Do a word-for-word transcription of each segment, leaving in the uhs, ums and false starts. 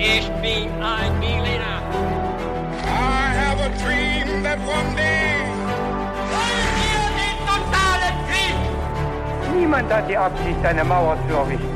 Ich bin ein Berliner. I have a dream that one day. Wollen wir den totalen Krieg? Niemand hat die Absicht, eine Mauer zu errichten.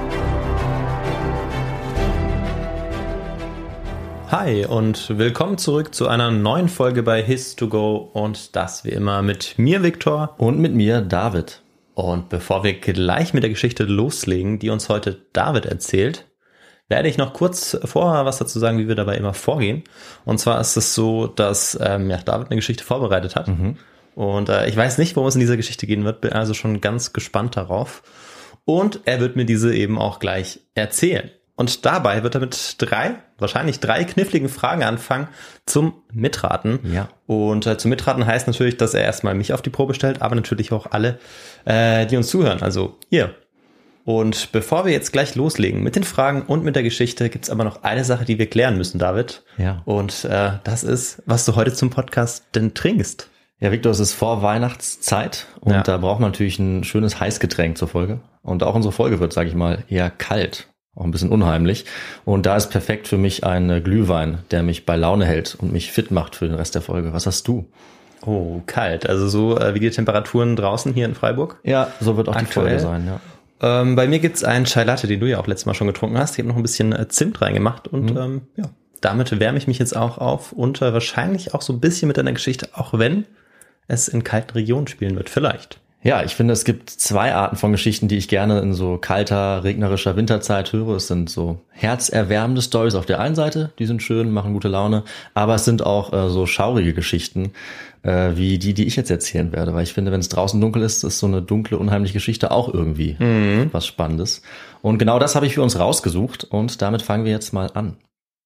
Hi und willkommen zurück zu einer neuen Folge bei His to Go und das wie immer mit mir, Viktor. Und mit mir, David. Und bevor wir gleich mit der Geschichte loslegen, die uns heute David erzählt, werde ich noch kurz vorher was dazu sagen, wie wir dabei immer vorgehen. Und zwar ist es so, dass ähm, ja, David eine Geschichte vorbereitet hat. Mhm. Und äh, ich weiß nicht, worum es in dieser Geschichte gehen wird, bin also schon ganz gespannt darauf. Und er wird mir diese eben auch gleich erzählen. Und dabei wird er mit drei, wahrscheinlich drei kniffligen Fragen anfangen zum Mitraten. Ja. Und äh, zum Mitraten heißt natürlich, dass er erstmal mich auf die Probe stellt, aber natürlich auch alle, äh, die uns zuhören, also ihr. Und bevor wir jetzt gleich loslegen mit den Fragen und mit der Geschichte, gibt's aber noch eine Sache, die wir klären müssen, David. Ja. Und äh, das ist, was du heute zum Podcast denn trinkst. Ja, Viktor, es ist vor Weihnachtszeit und Ja. da braucht man natürlich ein schönes Heißgetränk zur Folge. Und auch unsere Folge wird, sage ich mal, eher kalt. Auch ein bisschen unheimlich. Und da ist perfekt für mich ein Glühwein, der mich bei Laune hält und mich fit macht für den Rest der Folge. Was hast du? Oh, kalt. Also so äh, wie die Temperaturen draußen hier in Freiburg. Ja, so wird auch Aktuell. die Folge sein, ja. Ähm, bei mir gibt's einen Chai Latte, den du ja auch letztes Mal schon getrunken hast. Ich habe noch ein bisschen äh, Zimt reingemacht und Mhm. ähm, ja, damit wärme ich mich jetzt auch auf und äh, wahrscheinlich auch so ein bisschen mit deiner Geschichte, auch wenn es in kalten Regionen spielen wird, vielleicht. Ja, ich finde, es gibt zwei Arten von Geschichten, die ich gerne in so kalter, regnerischer Winterzeit höre. Es sind so herzerwärmende Storys auf der einen Seite, die sind schön, machen gute Laune. Aber es sind auch äh, so schaurige Geschichten, äh, wie die, die ich jetzt erzählen werde. Weil ich finde, wenn es draußen dunkel ist, ist so eine dunkle, unheimliche Geschichte auch irgendwie mhm. was Spannendes. Und genau das habe ich für uns rausgesucht und damit fangen wir jetzt mal an.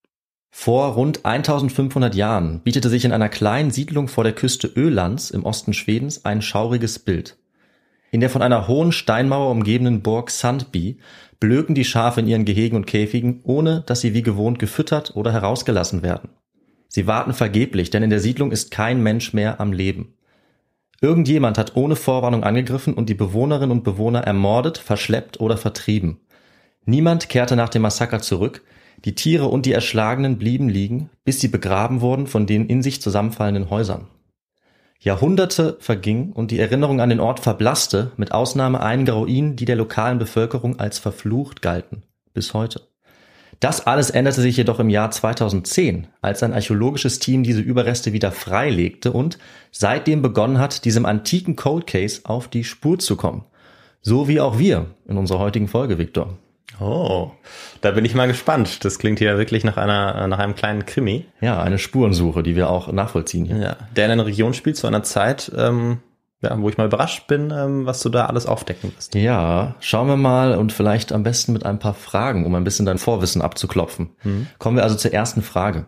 Vor rund eintausendfünfhundert Jahren bietete sich in einer kleinen Siedlung vor der Küste Ölands im Osten Schwedens ein schauriges Bild. In der von einer hohen Steinmauer umgebenen Burg Sandby blöken die Schafe in ihren Gehegen und Käfigen, ohne dass sie wie gewohnt gefüttert oder herausgelassen werden. Sie warten vergeblich, denn in der Siedlung ist kein Mensch mehr am Leben. Irgendjemand hat ohne Vorwarnung angegriffen und die Bewohnerinnen und Bewohner ermordet, verschleppt oder vertrieben. Niemand kehrte nach dem Massaker zurück, die Tiere und die Erschlagenen blieben liegen, bis sie begraben wurden von den in sich zusammenfallenden Häusern. Jahrhunderte vergingen und die Erinnerung an den Ort verblasste, mit Ausnahme einiger Ruinen, die der lokalen Bevölkerung als verflucht galten, bis heute. Das alles änderte sich jedoch im Jahr zweitausendzehn, als ein archäologisches Team diese Überreste wieder freilegte und seitdem begonnen hat, diesem antiken Cold Case auf die Spur zu kommen. So wie auch wir in unserer heutigen Folge, Viktor. Oh, da bin ich mal gespannt. Das klingt hier wirklich nach einer nach einem kleinen Krimi. Ja, eine Spurensuche, die wir auch nachvollziehen hier. Ja, der in einer Region spielt zu einer Zeit, ähm, ja, wo ich mal überrascht bin, ähm, was du da alles aufdecken wirst. Ja, schauen wir mal und vielleicht am besten mit ein paar Fragen, um ein bisschen dein Vorwissen abzuklopfen. Mhm. Kommen wir also zur ersten Frage.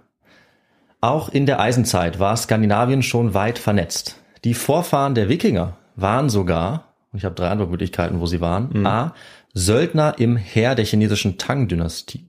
Auch in der Eisenzeit war Skandinavien schon weit vernetzt. Die Vorfahren der Wikinger waren sogar, und ich habe drei Antwortmöglichkeiten, wo sie waren, mhm. A. Söldner im Heer der chinesischen Tang-Dynastie,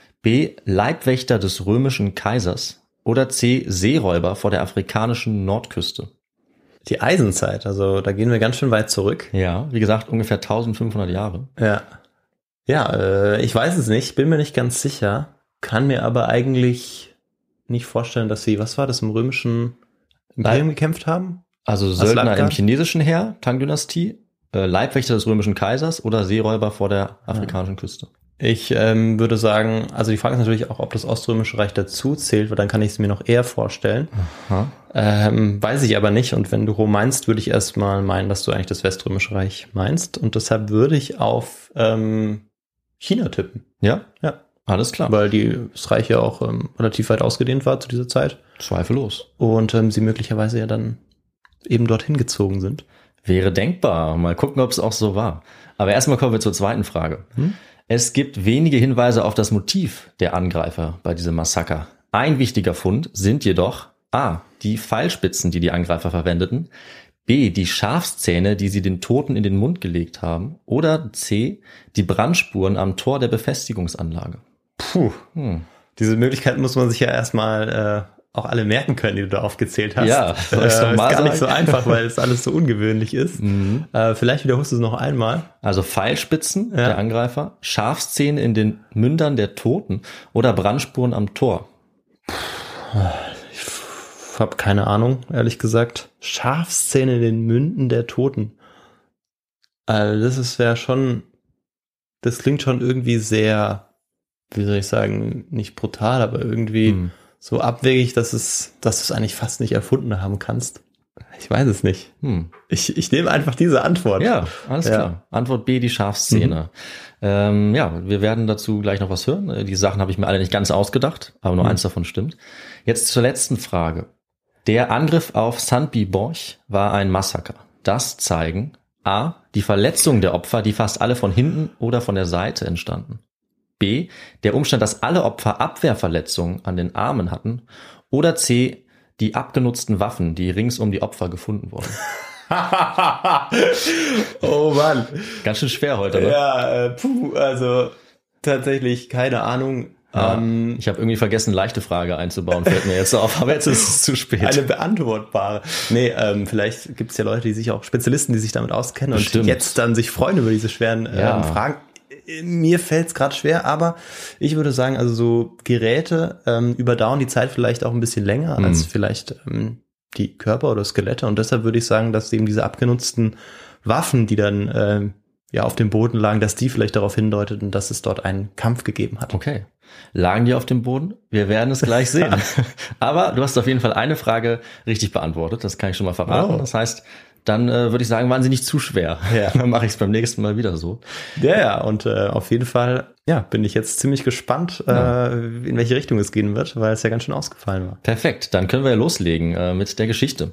B. Leibwächter des römischen Kaisers oder C. Seeräuber vor der afrikanischen Nordküste. Die Eisenzeit, also da gehen wir ganz schön weit zurück. Ja, wie gesagt, ungefähr eintausendfünfhundert Jahre. Ja, ja, äh, ich weiß es nicht, bin mir nicht ganz sicher, kann mir aber eigentlich nicht vorstellen, dass sie, was war das, im römischen Imperium gekämpft haben? Also Söldner im chinesischen Heer, Tang-Dynastie, Leibwächter des römischen Kaisers oder Seeräuber vor der afrikanischen ja. Küste? Ich ähm, würde sagen, also die Frage ist natürlich auch, ob das Oströmische Reich dazu zählt, weil dann kann ich es mir noch eher vorstellen. Aha. Ähm, weiß ich aber nicht. Und wenn du Rom meinst, würde ich erstmal meinen, dass du eigentlich das Weströmische Reich meinst. Und deshalb würde ich auf ähm, China tippen. Ja? Ja. Alles klar. Weil die, das Reich ja auch ähm, relativ weit ausgedehnt war zu dieser Zeit. Zweifellos. Und ähm, sie möglicherweise ja dann eben dorthin gezogen sind. Wäre denkbar. Mal gucken, ob es auch so war. Aber erstmal kommen wir zur zweiten Frage. Hm? Es gibt wenige Hinweise auf das Motiv der Angreifer bei diesem Massaker. Ein wichtiger Fund sind jedoch A. die Pfeilspitzen, die die Angreifer verwendeten, B. die Schafszähne, die sie den Toten in den Mund gelegt haben oder C. die Brandspuren am Tor der Befestigungsanlage. Puh, hm. Diese Möglichkeit muss man sich ja erstmal auch alle merken können, die du da aufgezählt hast. Ja, soll ich's äh, noch mal ist gar nicht sagen? so einfach, weil es alles so ungewöhnlich ist. Mhm. Äh, vielleicht wiederholst du es noch einmal. Also Pfeilspitzen, Ja. der Angreifer, Schafszähne in den Mündern der Toten oder Brandspuren am Tor. Ich habe keine Ahnung, ehrlich gesagt. Schafszähne in den Münden der Toten. Also das ist ja schon, das klingt schon irgendwie sehr, wie soll ich sagen, nicht brutal, aber irgendwie Hm. so abwegig, dass es, dass du es eigentlich fast nicht erfunden haben kannst. Ich weiß es nicht. Hm. Ich, ich nehme einfach diese Antwort. Ja, alles Ja. klar. Antwort B, die Schafszähne. Ähm, ja, wir werden dazu gleich noch was hören. Die Sachen habe ich mir alle nicht ganz ausgedacht, aber nur Mhm. eins davon stimmt. Jetzt zur letzten Frage. Der Angriff auf Sandby-Borch war ein Massaker. Das zeigen A, die Verletzungen der Opfer, die fast alle von hinten oder von der Seite entstanden. B, der Umstand, dass alle Opfer Abwehrverletzungen an den Armen hatten. Oder C, die abgenutzten Waffen, die rings um die Opfer gefunden wurden. Oh Mann. Ganz schön schwer heute, ne? Ja, äh, puh, also tatsächlich keine Ahnung. Ja, Ähm, ich habe irgendwie vergessen, leichte Frage einzubauen, fällt mir jetzt auf, aber jetzt ist es zu spät. Eine beantwortbare. Nee, ähm, vielleicht gibt es ja Leute, die sich auch Spezialisten, die sich damit auskennen Bestimmt. und jetzt dann sich freuen über diese schweren ähm, Ja. Fragen. Mir fällt es gerade schwer, aber ich würde sagen, also so Geräte ähm, überdauern die Zeit vielleicht auch ein bisschen länger Mhm. als vielleicht ähm, die Körper oder Skelette. Und deshalb würde ich sagen, dass eben diese abgenutzten Waffen, die dann ähm, ja auf dem Boden lagen, dass die vielleicht darauf hindeuteten, dass es dort einen Kampf gegeben hat. Okay. Lagen die auf dem Boden? Wir werden es gleich sehen. Aber du hast auf jeden Fall eine Frage richtig beantwortet, das kann ich schon mal verraten. Oh. Das heißt, dann äh, würde ich sagen, waren sie nicht zu schwer. Ja. Dann mache ich es beim nächsten Mal wieder so. Ja, ja, und äh, auf jeden Fall, ja, bin ich jetzt ziemlich gespannt, Ja. äh, in welche Richtung es gehen wird, weil es ja ganz schön ausgefallen war. Perfekt, dann können wir ja loslegen äh, mit der Geschichte.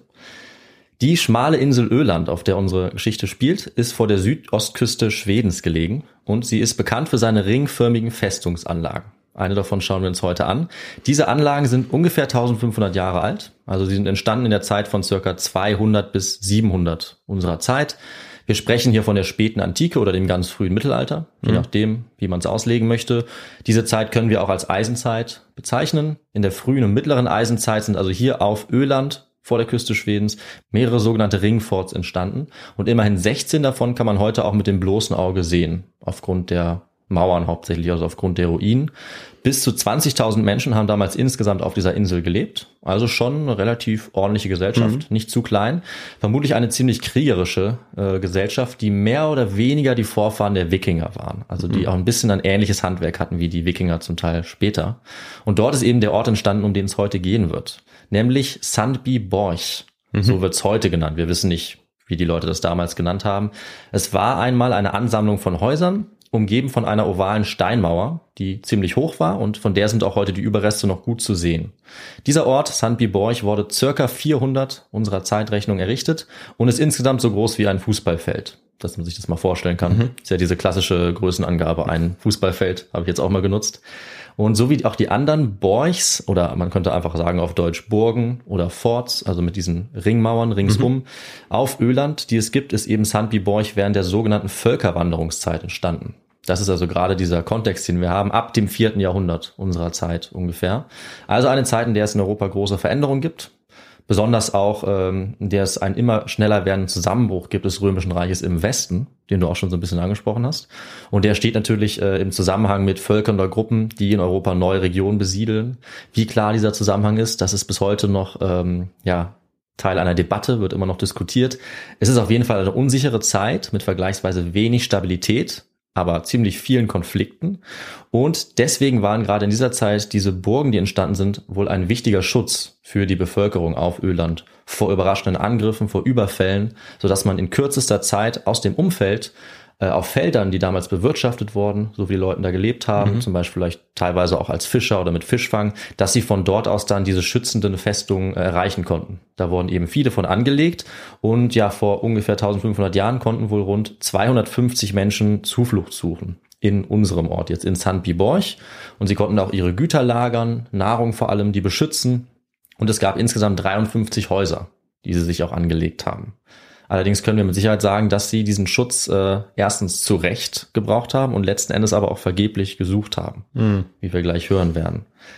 Die schmale Insel Öland, auf der unsere Geschichte spielt, ist vor der Südostküste Schwedens gelegen und sie ist bekannt für seine ringförmigen Festungsanlagen. Eine davon schauen wir uns heute an. Diese Anlagen sind ungefähr eintausendfünfhundert Jahre alt. Also sie sind entstanden in der Zeit von circa zweihundert bis siebenhundert unserer Zeit. Wir sprechen hier von der späten Antike oder dem ganz frühen Mittelalter, je Mhm. nachdem, wie man es auslegen möchte. Diese Zeit können wir auch als Eisenzeit bezeichnen. In der frühen und mittleren Eisenzeit sind also hier auf Öland vor der Küste Schwedens mehrere sogenannte Ringforts entstanden. Und immerhin sechzehn davon kann man heute auch mit dem bloßen Auge sehen, aufgrund der Mauern hauptsächlich, also aufgrund der Ruinen. Bis zu zwanzigtausend Menschen haben damals insgesamt auf dieser Insel gelebt. Also schon eine relativ ordentliche Gesellschaft, nicht zu klein. Vermutlich eine ziemlich kriegerische äh, Gesellschaft, die mehr oder weniger die Vorfahren der Wikinger waren. Also die auch ein bisschen ein ähnliches Handwerk hatten wie die Wikinger zum Teil später. Und dort ist eben der Ort entstanden, um den es heute gehen wird. Nämlich Sandby-Borch. So wird's heute genannt. Wir wissen nicht, wie die Leute das damals genannt haben. Es war einmal eine Ansammlung von Häusern, umgeben von einer ovalen Steinmauer, die ziemlich hoch war und von der sind auch heute die Überreste noch gut zu sehen. Dieser Ort, Sandby-Borch, wurde circa vierhundert unserer Zeitrechnung errichtet und ist insgesamt so groß wie ein Fußballfeld, dass man sich das mal vorstellen kann. Mhm. Ist ja diese klassische Größenangabe, ein Fußballfeld, habe ich jetzt auch mal genutzt. Und so wie auch die anderen Borchs, oder man könnte einfach sagen auf Deutsch Burgen oder Forts, also mit diesen Ringmauern ringsum, mhm. auf Öland, die es gibt, ist eben Sandby-Borch während der sogenannten Völkerwanderungszeit entstanden. Das ist also gerade dieser Kontext, den wir haben, ab dem vierten Jahrhundert unserer Zeit ungefähr. Also eine Zeit, in der es in Europa große Veränderungen gibt. Besonders auch, ähm, in der es einen immer schneller werdenden Zusammenbruch gibt des Römischen Reiches im Westen, den du auch schon so ein bisschen angesprochen hast. Und der steht natürlich äh, im Zusammenhang mit Völkern oder Gruppen, die in Europa neue Regionen besiedeln. Wie klar dieser Zusammenhang ist, das ist bis heute noch ähm, ja Teil einer Debatte, wird immer noch diskutiert. Es ist auf jeden Fall eine unsichere Zeit mit vergleichsweise wenig Stabilität, aber ziemlich vielen Konflikten. Und deswegen waren gerade in dieser Zeit diese Burgen, die entstanden sind, wohl ein wichtiger Schutz für die Bevölkerung auf Öland vor überraschenden Angriffen, vor Überfällen, sodass man in kürzester Zeit aus dem Umfeld äh, auf Feldern, die damals bewirtschaftet wurden, so wie die Leute da gelebt haben, mhm. zum Beispiel vielleicht teilweise auch als Fischer oder mit Fischfang, dass sie von dort aus dann diese schützenden Festungen äh, erreichen konnten. Da wurden eben viele von angelegt und ja, vor ungefähr eintausendfünfhundert Jahren konnten wohl rund zweihundertfünfzig Menschen Zuflucht suchen in unserem Ort, jetzt in Sandby-Borch. Und sie konnten auch ihre Güter lagern, Nahrung vor allem, die beschützen. Und es gab insgesamt dreiundfünfzig Häuser, die sie sich auch angelegt haben. Allerdings können wir mit Sicherheit sagen, dass sie diesen Schutz äh, erstens zu Recht gebraucht haben und letzten Endes aber auch vergeblich gesucht haben, mhm. wie wir gleich hören werden.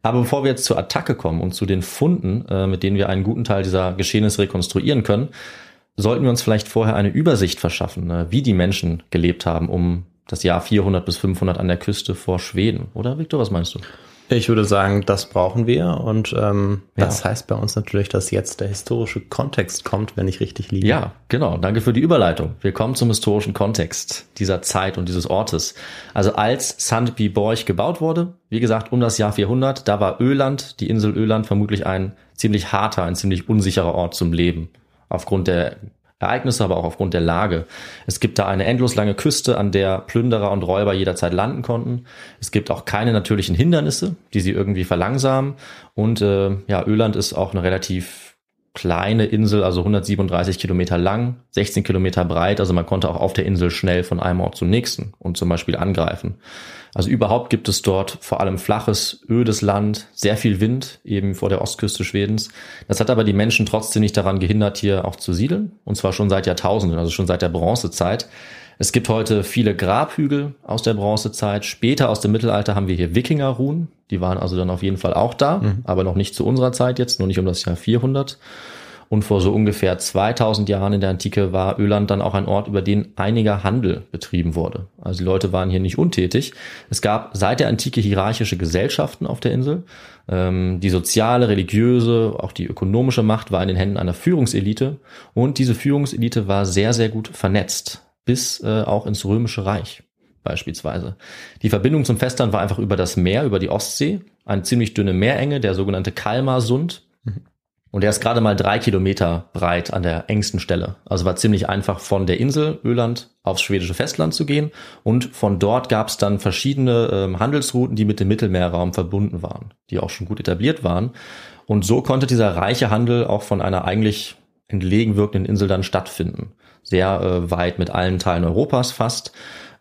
Aber bevor wir jetzt zur Attacke kommen und zu den Funden, äh, mit denen wir einen guten Teil dieser Geschehnisse rekonstruieren können, sollten wir uns vielleicht vorher eine Übersicht verschaffen, ne, wie die Menschen gelebt haben um das Jahr vierhundert bis fünfhundert an der Küste vor Schweden. Oder, Victor, was meinst du? Ich würde sagen, das brauchen wir und ähm, Ja. das heißt bei uns natürlich, dass jetzt der historische Kontext kommt, wenn ich richtig liege. Ja, genau. Danke für die Überleitung. Wir kommen zum historischen Kontext dieser Zeit und dieses Ortes. Also als Sandby Borch gebaut wurde, wie gesagt, um das Jahr vierhundert, da war Öland, die Insel Öland, vermutlich ein ziemlich harter, ein ziemlich unsicherer Ort zum Leben. Aufgrund der Ereignisse, aber auch aufgrund der Lage. Es gibt da eine endlos lange Küste, an der Plünderer und Räuber jederzeit landen konnten. Es gibt auch keine natürlichen Hindernisse, die sie irgendwie verlangsamen. Und äh, ja, Öland ist auch eine relativ kleine Insel, also hundertsiebenunddreißig Kilometer lang, sechzehn Kilometer breit. Also man konnte auch auf der Insel schnell von einem Ort zum nächsten und zum Beispiel angreifen. Also überhaupt gibt es dort vor allem flaches, ödes Land, sehr viel Wind, eben vor der Ostküste Schwedens. Das hat aber die Menschen trotzdem nicht daran gehindert, hier auch zu siedeln. Und zwar schon seit Jahrtausenden, also schon seit der Bronzezeit. Es gibt heute viele Grabhügel aus der Bronzezeit. Später aus dem Mittelalter haben wir hier Wikingerruhen. Die waren also dann auf jeden Fall auch da, mhm. aber noch nicht zu unserer Zeit jetzt, nur nicht um das Jahr vierhundert. Und vor so ungefähr zweitausend Jahren in der Antike war Öland dann auch ein Ort, über den einiger Handel betrieben wurde. Also die Leute waren hier nicht untätig. Es gab seit der Antike hierarchische Gesellschaften auf der Insel. Ähm, die soziale, religiöse, auch die ökonomische Macht war in den Händen einer Führungselite. Und diese Führungselite war sehr, sehr gut vernetzt, bis äh, auch ins Römische Reich beispielsweise. Die Verbindung zum Festland war einfach über das Meer, über die Ostsee. Eine ziemlich dünne Meerenge, der sogenannte Kalmarsund. Mhm. Und der ist gerade mal drei Kilometer breit an der engsten Stelle. Also war ziemlich einfach von der Insel Öland aufs schwedische Festland zu gehen. Und von dort gab es dann verschiedene ähm, Handelsrouten, die mit dem Mittelmeerraum verbunden waren, die auch schon gut etabliert waren. Und so konnte dieser reiche Handel auch von einer eigentlich entlegen wirkenden Insel dann stattfinden. Sehr äh, weit mit allen Teilen Europas fast.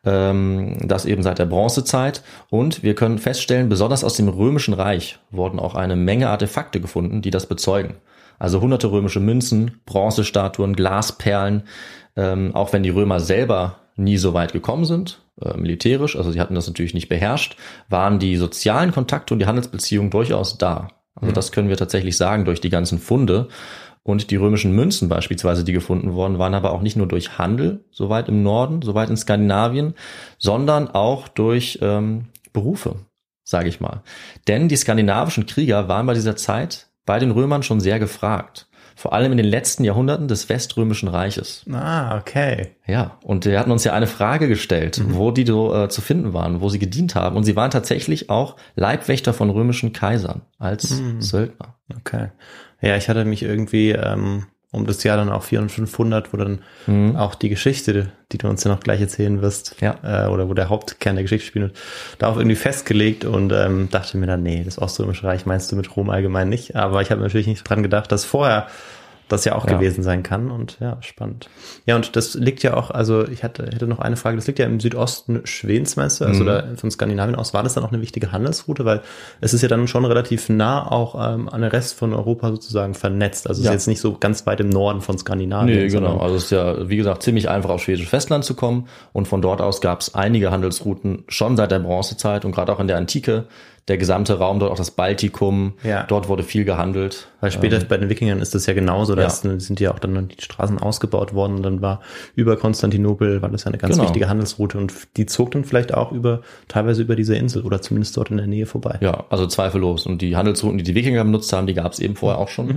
Das eben seit der Bronzezeit. Und wir können feststellen, besonders aus dem Römischen Reich wurden auch eine Menge Artefakte gefunden, die das bezeugen. Also hunderte römische Münzen, Bronzestatuen, Glasperlen, ähm, auch wenn die Römer selber nie so weit gekommen sind, äh, militärisch, also sie hatten das natürlich nicht beherrscht, waren die sozialen Kontakte und die Handelsbeziehungen durchaus da. Also mhm. das können wir tatsächlich sagen durch die ganzen Funde. Und die römischen Münzen beispielsweise, die gefunden wurden, waren aber auch nicht nur durch Handel, so weit im Norden, so weit in Skandinavien, sondern auch durch ähm, Berufe, sage ich mal. Denn die skandinavischen Krieger waren bei dieser Zeit bei den Römern schon sehr gefragt. Vor allem in den letzten Jahrhunderten des Weströmischen Reiches. Ah, okay. Ja, und wir hatten uns ja eine Frage gestellt, mhm. wo die so äh, zu finden waren, wo sie gedient haben. Und sie waren tatsächlich auch Leibwächter von römischen Kaisern als mhm. Söldner. Okay. Ja, ich hatte mich irgendwie ähm, um das Jahr dann auch vierhundert, fünfhundert, wo dann mhm. auch die Geschichte, die du uns ja noch gleich erzählen wirst, ja. äh, oder wo der Hauptkern der Geschichte spielt, darauf irgendwie festgelegt und ähm, dachte mir dann, nee, das Oströmische Reich meinst du mit Rom allgemein nicht. Aber ich habe natürlich nicht dran gedacht, dass vorher das ja auch ja. gewesen sein kann und ja, spannend. Ja, und das liegt ja auch, also ich hatte, hätte noch eine Frage, das liegt ja im Südosten Schwedens, meinst du, also mhm. da von Skandinavien aus, war das dann auch eine wichtige Handelsroute, weil es ist ja dann schon relativ nah auch ähm, an den Rest von Europa sozusagen vernetzt, also es ja. ist jetzt nicht so ganz weit im Norden von Skandinavien. Nee, genau, also es ist ja, wie gesagt, ziemlich einfach aufs schwedische Festland zu kommen und von dort aus gab es einige Handelsrouten schon seit der Bronzezeit und gerade auch in der Antike. Der gesamte Raum, dort auch das Baltikum, ja. dort wurde viel gehandelt. Weil später ähm, bei den Wikingern ist das ja genauso, da ja. sind ja auch dann die Straßen ausgebaut worden und dann war über Konstantinopel, war das ja eine ganz genau. wichtige Handelsroute und die zog dann vielleicht auch über, teilweise über diese Insel oder zumindest dort in der Nähe vorbei. Ja, also zweifellos. Und die Handelsrouten, die die Wikinger benutzt haben, die gab es eben vorher auch schon. Mhm.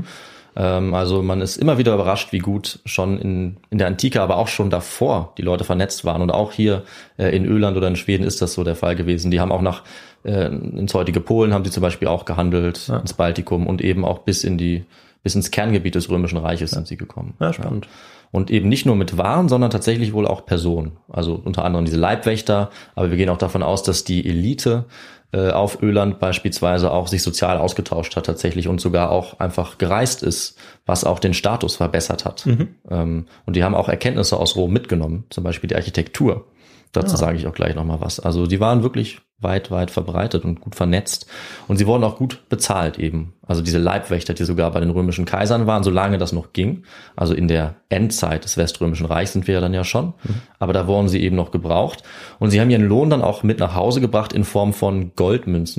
Also man ist immer wieder überrascht, wie gut schon in, in der Antike, aber auch schon davor die Leute vernetzt waren. Und auch hier in Öland oder in Schweden ist das so der Fall gewesen. Die haben auch nach äh, ins heutige Polen haben sie zum Beispiel auch gehandelt, ja. ins Baltikum und eben auch bis in die bis ins Kerngebiet des Römischen Reiches ja. sind sie gekommen. Ja, spannend. Ja. Und eben nicht nur mit Waren, sondern tatsächlich wohl auch Personen. Also unter anderem diese Leibwächter, aber wir gehen auch davon aus, dass die Elite auf Öland beispielsweise auch sich sozial ausgetauscht hat tatsächlich und sogar auch einfach gereist ist, was auch den Status verbessert hat. Mhm. Und die haben auch Erkenntnisse aus Rom mitgenommen, zum Beispiel die Architektur. Dazu ja. sage ich auch gleich nochmal was. Also die waren wirklich weit, weit verbreitet und gut vernetzt. Und sie wurden auch gut bezahlt eben. Also diese Leibwächter, die sogar bei den römischen Kaisern waren, solange das noch ging. Also in der Endzeit des Weströmischen Reichs sind wir ja dann ja schon. Mhm. Aber da wurden sie eben noch gebraucht. Und sie haben ihren Lohn dann auch mit nach Hause gebracht in Form von Goldmünzen.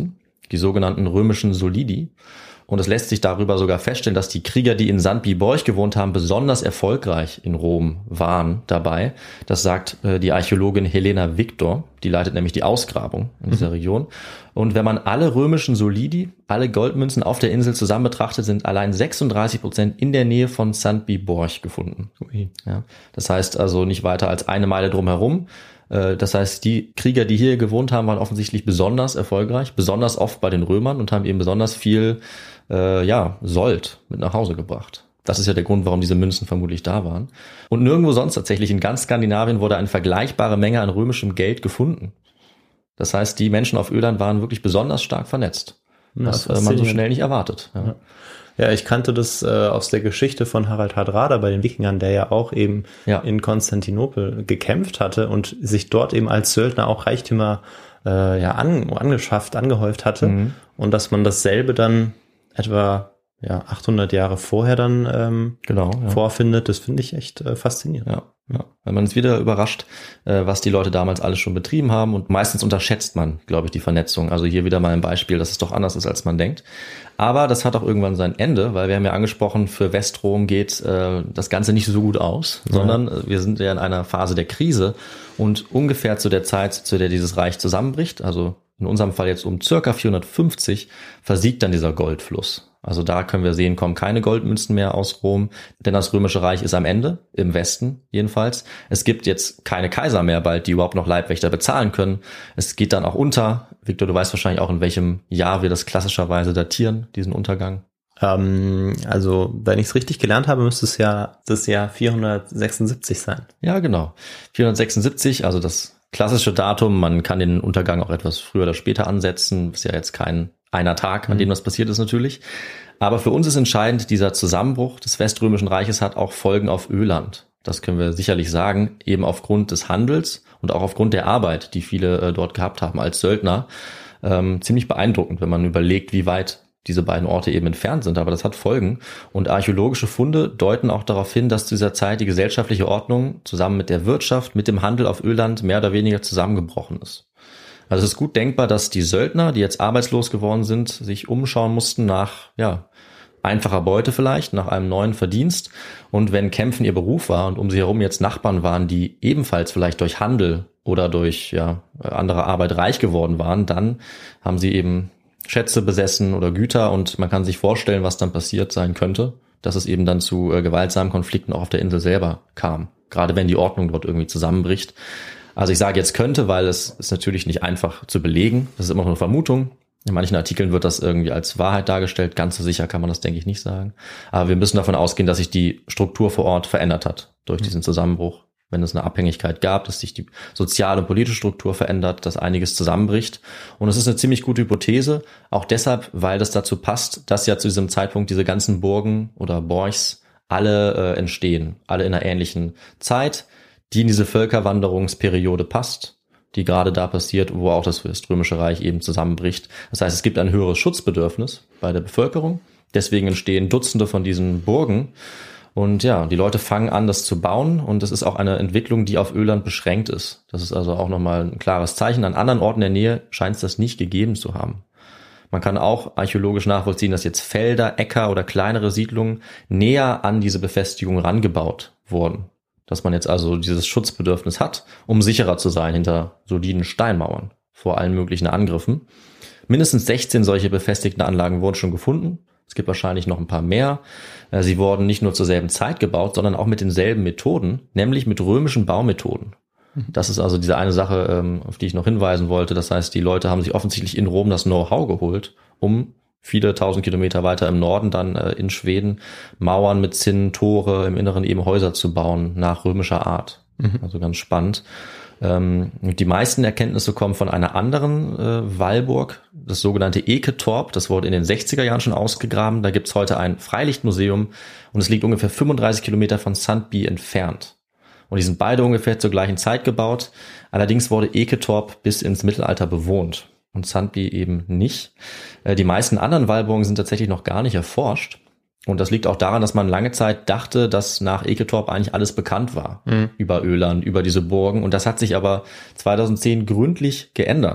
die sogenannten römischen Solidi. Und es lässt sich darüber sogar feststellen, dass die Krieger, die in Sandby-Borch gewohnt haben, besonders erfolgreich in Rom waren dabei. Das sagt äh, die Archäologin Helena Victor, die leitet nämlich die Ausgrabung in dieser mhm. Region. Und wenn man alle römischen Solidi, alle Goldmünzen auf der Insel zusammen betrachtet, sind allein sechsunddreißig Prozent in der Nähe von Sandby-Borch gefunden. Okay. Ja, das heißt also nicht weiter als eine Meile drumherum. Das heißt, die Krieger, die hier gewohnt haben, waren offensichtlich besonders erfolgreich, besonders oft bei den Römern und haben eben besonders viel äh, ja, Sold mit nach Hause gebracht. Das ist ja der Grund, warum diese Münzen vermutlich da waren. Und nirgendwo sonst tatsächlich in ganz Skandinavien wurde eine vergleichbare Menge an römischem Geld gefunden. Das heißt, die Menschen auf Öland waren wirklich besonders stark vernetzt, ja, was äh, man so schnell nicht erwartet. Ja. Ja. Ja, ich kannte das äh, aus der Geschichte von Harald Hardrada bei den Wikingern, der ja auch eben ja. in Konstantinopel gekämpft hatte und sich dort eben als Söldner auch Reichtümer äh, ja an, angeschafft, angehäuft hatte. Mhm. Und dass man dasselbe dann etwa ja achthundert Jahre vorher dann ähm, genau, ja. vorfindet, das finde ich echt äh, faszinierend. Ja. Ja, weil man ist wieder überrascht, äh, was die Leute damals alles schon betrieben haben und meistens unterschätzt man, glaube ich, die Vernetzung. Also hier wieder mal ein Beispiel, dass es doch anders ist, als man denkt. Aber das hat auch irgendwann sein Ende, weil wir haben ja angesprochen, für Westrom geht äh, das Ganze nicht so gut aus, ja. sondern äh, wir sind ja in einer Phase der Krise und ungefähr zu der Zeit, zu der dieses Reich zusammenbricht, also in unserem Fall jetzt um circa vierhundertfünfzig, versiegt dann dieser Goldfluss. Also da können wir sehen, kommen keine Goldmünzen mehr aus Rom, denn das Römische Reich ist am Ende, im Westen jedenfalls. Es gibt jetzt keine Kaiser mehr bald, die überhaupt noch Leibwächter bezahlen können. Es geht dann auch unter. Victor, du weißt wahrscheinlich auch, in welchem Jahr wir das klassischerweise datieren, diesen Untergang. Ähm, also, wenn ich es richtig gelernt habe, müsste es ja das Jahr vierhundertsechsundsiebzig sein. Ja, genau. vierhundertsechsundsiebzig, also das klassische Datum. Man kann den Untergang auch etwas früher oder später ansetzen. Ist ja jetzt kein einer Tag, an dem das passiert ist natürlich. Aber für uns ist entscheidend, dieser Zusammenbruch des Weströmischen Reiches hat auch Folgen auf Öland. Das können wir sicherlich sagen, eben aufgrund des Handels und auch aufgrund der Arbeit, die viele äh, dort gehabt haben als Söldner. Ähm, ziemlich beeindruckend, wenn man überlegt, wie weit diese beiden Orte eben entfernt sind. Aber das hat Folgen. Und archäologische Funde deuten auch darauf hin, dass zu dieser Zeit die gesellschaftliche Ordnung zusammen mit der Wirtschaft, mit dem Handel auf Öland mehr oder weniger zusammengebrochen ist. Also es ist gut denkbar, dass die Söldner, die jetzt arbeitslos geworden sind, sich umschauen mussten nach ja einfacher Beute vielleicht, nach einem neuen Verdienst. Und wenn Kämpfen ihr Beruf war und um sie herum jetzt Nachbarn waren, die ebenfalls vielleicht durch Handel oder durch ja andere Arbeit reich geworden waren, dann haben sie eben Schätze besessen oder Güter und man kann sich vorstellen, was dann passiert sein könnte, dass es eben dann zu äh, gewaltsamen Konflikten auch auf der Insel selber kam, gerade wenn die Ordnung dort irgendwie zusammenbricht. Also ich sage jetzt könnte, weil es ist natürlich nicht einfach zu belegen. Das ist immer noch eine Vermutung. In manchen Artikeln wird das irgendwie als Wahrheit dargestellt. Ganz so sicher kann man das, denke ich, nicht sagen. Aber wir müssen davon ausgehen, dass sich die Struktur vor Ort verändert hat durch diesen Zusammenbruch. Wenn es eine Abhängigkeit gab, dass sich die soziale und politische Struktur verändert, dass einiges zusammenbricht. Und es ist eine ziemlich gute Hypothese, auch deshalb, weil das dazu passt, dass ja zu diesem Zeitpunkt diese ganzen Burgen oder Borchs alle äh, entstehen, alle in einer ähnlichen Zeit, die in diese Völkerwanderungsperiode passt, die gerade da passiert, wo auch das Weströmische Reich eben zusammenbricht. Das heißt, es gibt ein höheres Schutzbedürfnis bei der Bevölkerung. Deswegen entstehen Dutzende von diesen Burgen. Und ja, die Leute fangen an, das zu bauen. Und es ist auch eine Entwicklung, die auf Öland beschränkt ist. Das ist also auch nochmal ein klares Zeichen. An anderen Orten der Nähe scheint es das nicht gegeben zu haben. Man kann auch archäologisch nachvollziehen, dass jetzt Felder, Äcker oder kleinere Siedlungen näher an diese Befestigung rangebaut wurden. Dass man jetzt also dieses Schutzbedürfnis hat, um sicherer zu sein hinter soliden Steinmauern vor allen möglichen Angriffen. Mindestens sechzehn solche befestigten Anlagen wurden schon gefunden. Es gibt wahrscheinlich noch ein paar mehr. Sie wurden nicht nur zur selben Zeit gebaut, sondern auch mit denselben Methoden, nämlich mit römischen Baumethoden. Das ist also diese eine Sache, auf die ich noch hinweisen wollte. Das heißt, die Leute haben sich offensichtlich in Rom das Know-how geholt, um viele tausend Kilometer weiter im Norden dann äh, in Schweden Mauern mit Zinnen, Tore, im Inneren eben Häuser zu bauen nach römischer Art. Mhm. Also ganz spannend. Ähm, die meisten Erkenntnisse kommen von einer anderen äh, Wallburg, das sogenannte Eketorp. Das wurde in den sechziger Jahren schon ausgegraben. Da gibt's heute ein Freilichtmuseum und es liegt ungefähr fünfunddreißig Kilometer von Sandby entfernt. Und die sind beide ungefähr zur gleichen Zeit gebaut. Allerdings wurde Eketorp bis ins Mittelalter bewohnt und Sandby eben nicht. Die meisten anderen Wallburgen sind tatsächlich noch gar nicht erforscht. Und das liegt auch daran, dass man lange Zeit dachte, dass nach Eketorp eigentlich alles bekannt war. Mhm. Über Öland, über diese Burgen. Und das hat sich aber zweitausendzehn gründlich geändert.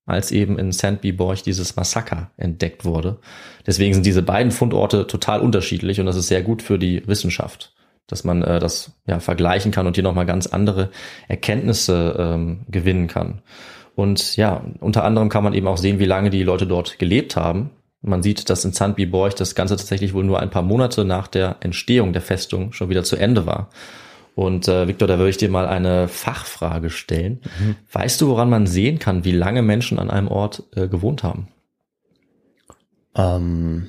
als eben in Sandby-Borch dieses Massaker entdeckt wurde. Deswegen sind diese beiden Fundorte total unterschiedlich und das ist sehr gut für die Wissenschaft, dass man äh, das ja vergleichen kann und hier nochmal ganz andere Erkenntnisse ähm, gewinnen kann. Und ja, unter anderem kann man eben auch sehen, wie lange die Leute dort gelebt haben. Man sieht, dass in Sandby-Borch das Ganze tatsächlich wohl nur ein paar Monate nach der Entstehung der Festung schon wieder zu Ende war. Und äh, Victor, da würde ich dir mal eine Fachfrage stellen. Mhm. Weißt du, woran man sehen kann, wie lange Menschen an einem Ort äh, gewohnt haben? Ähm,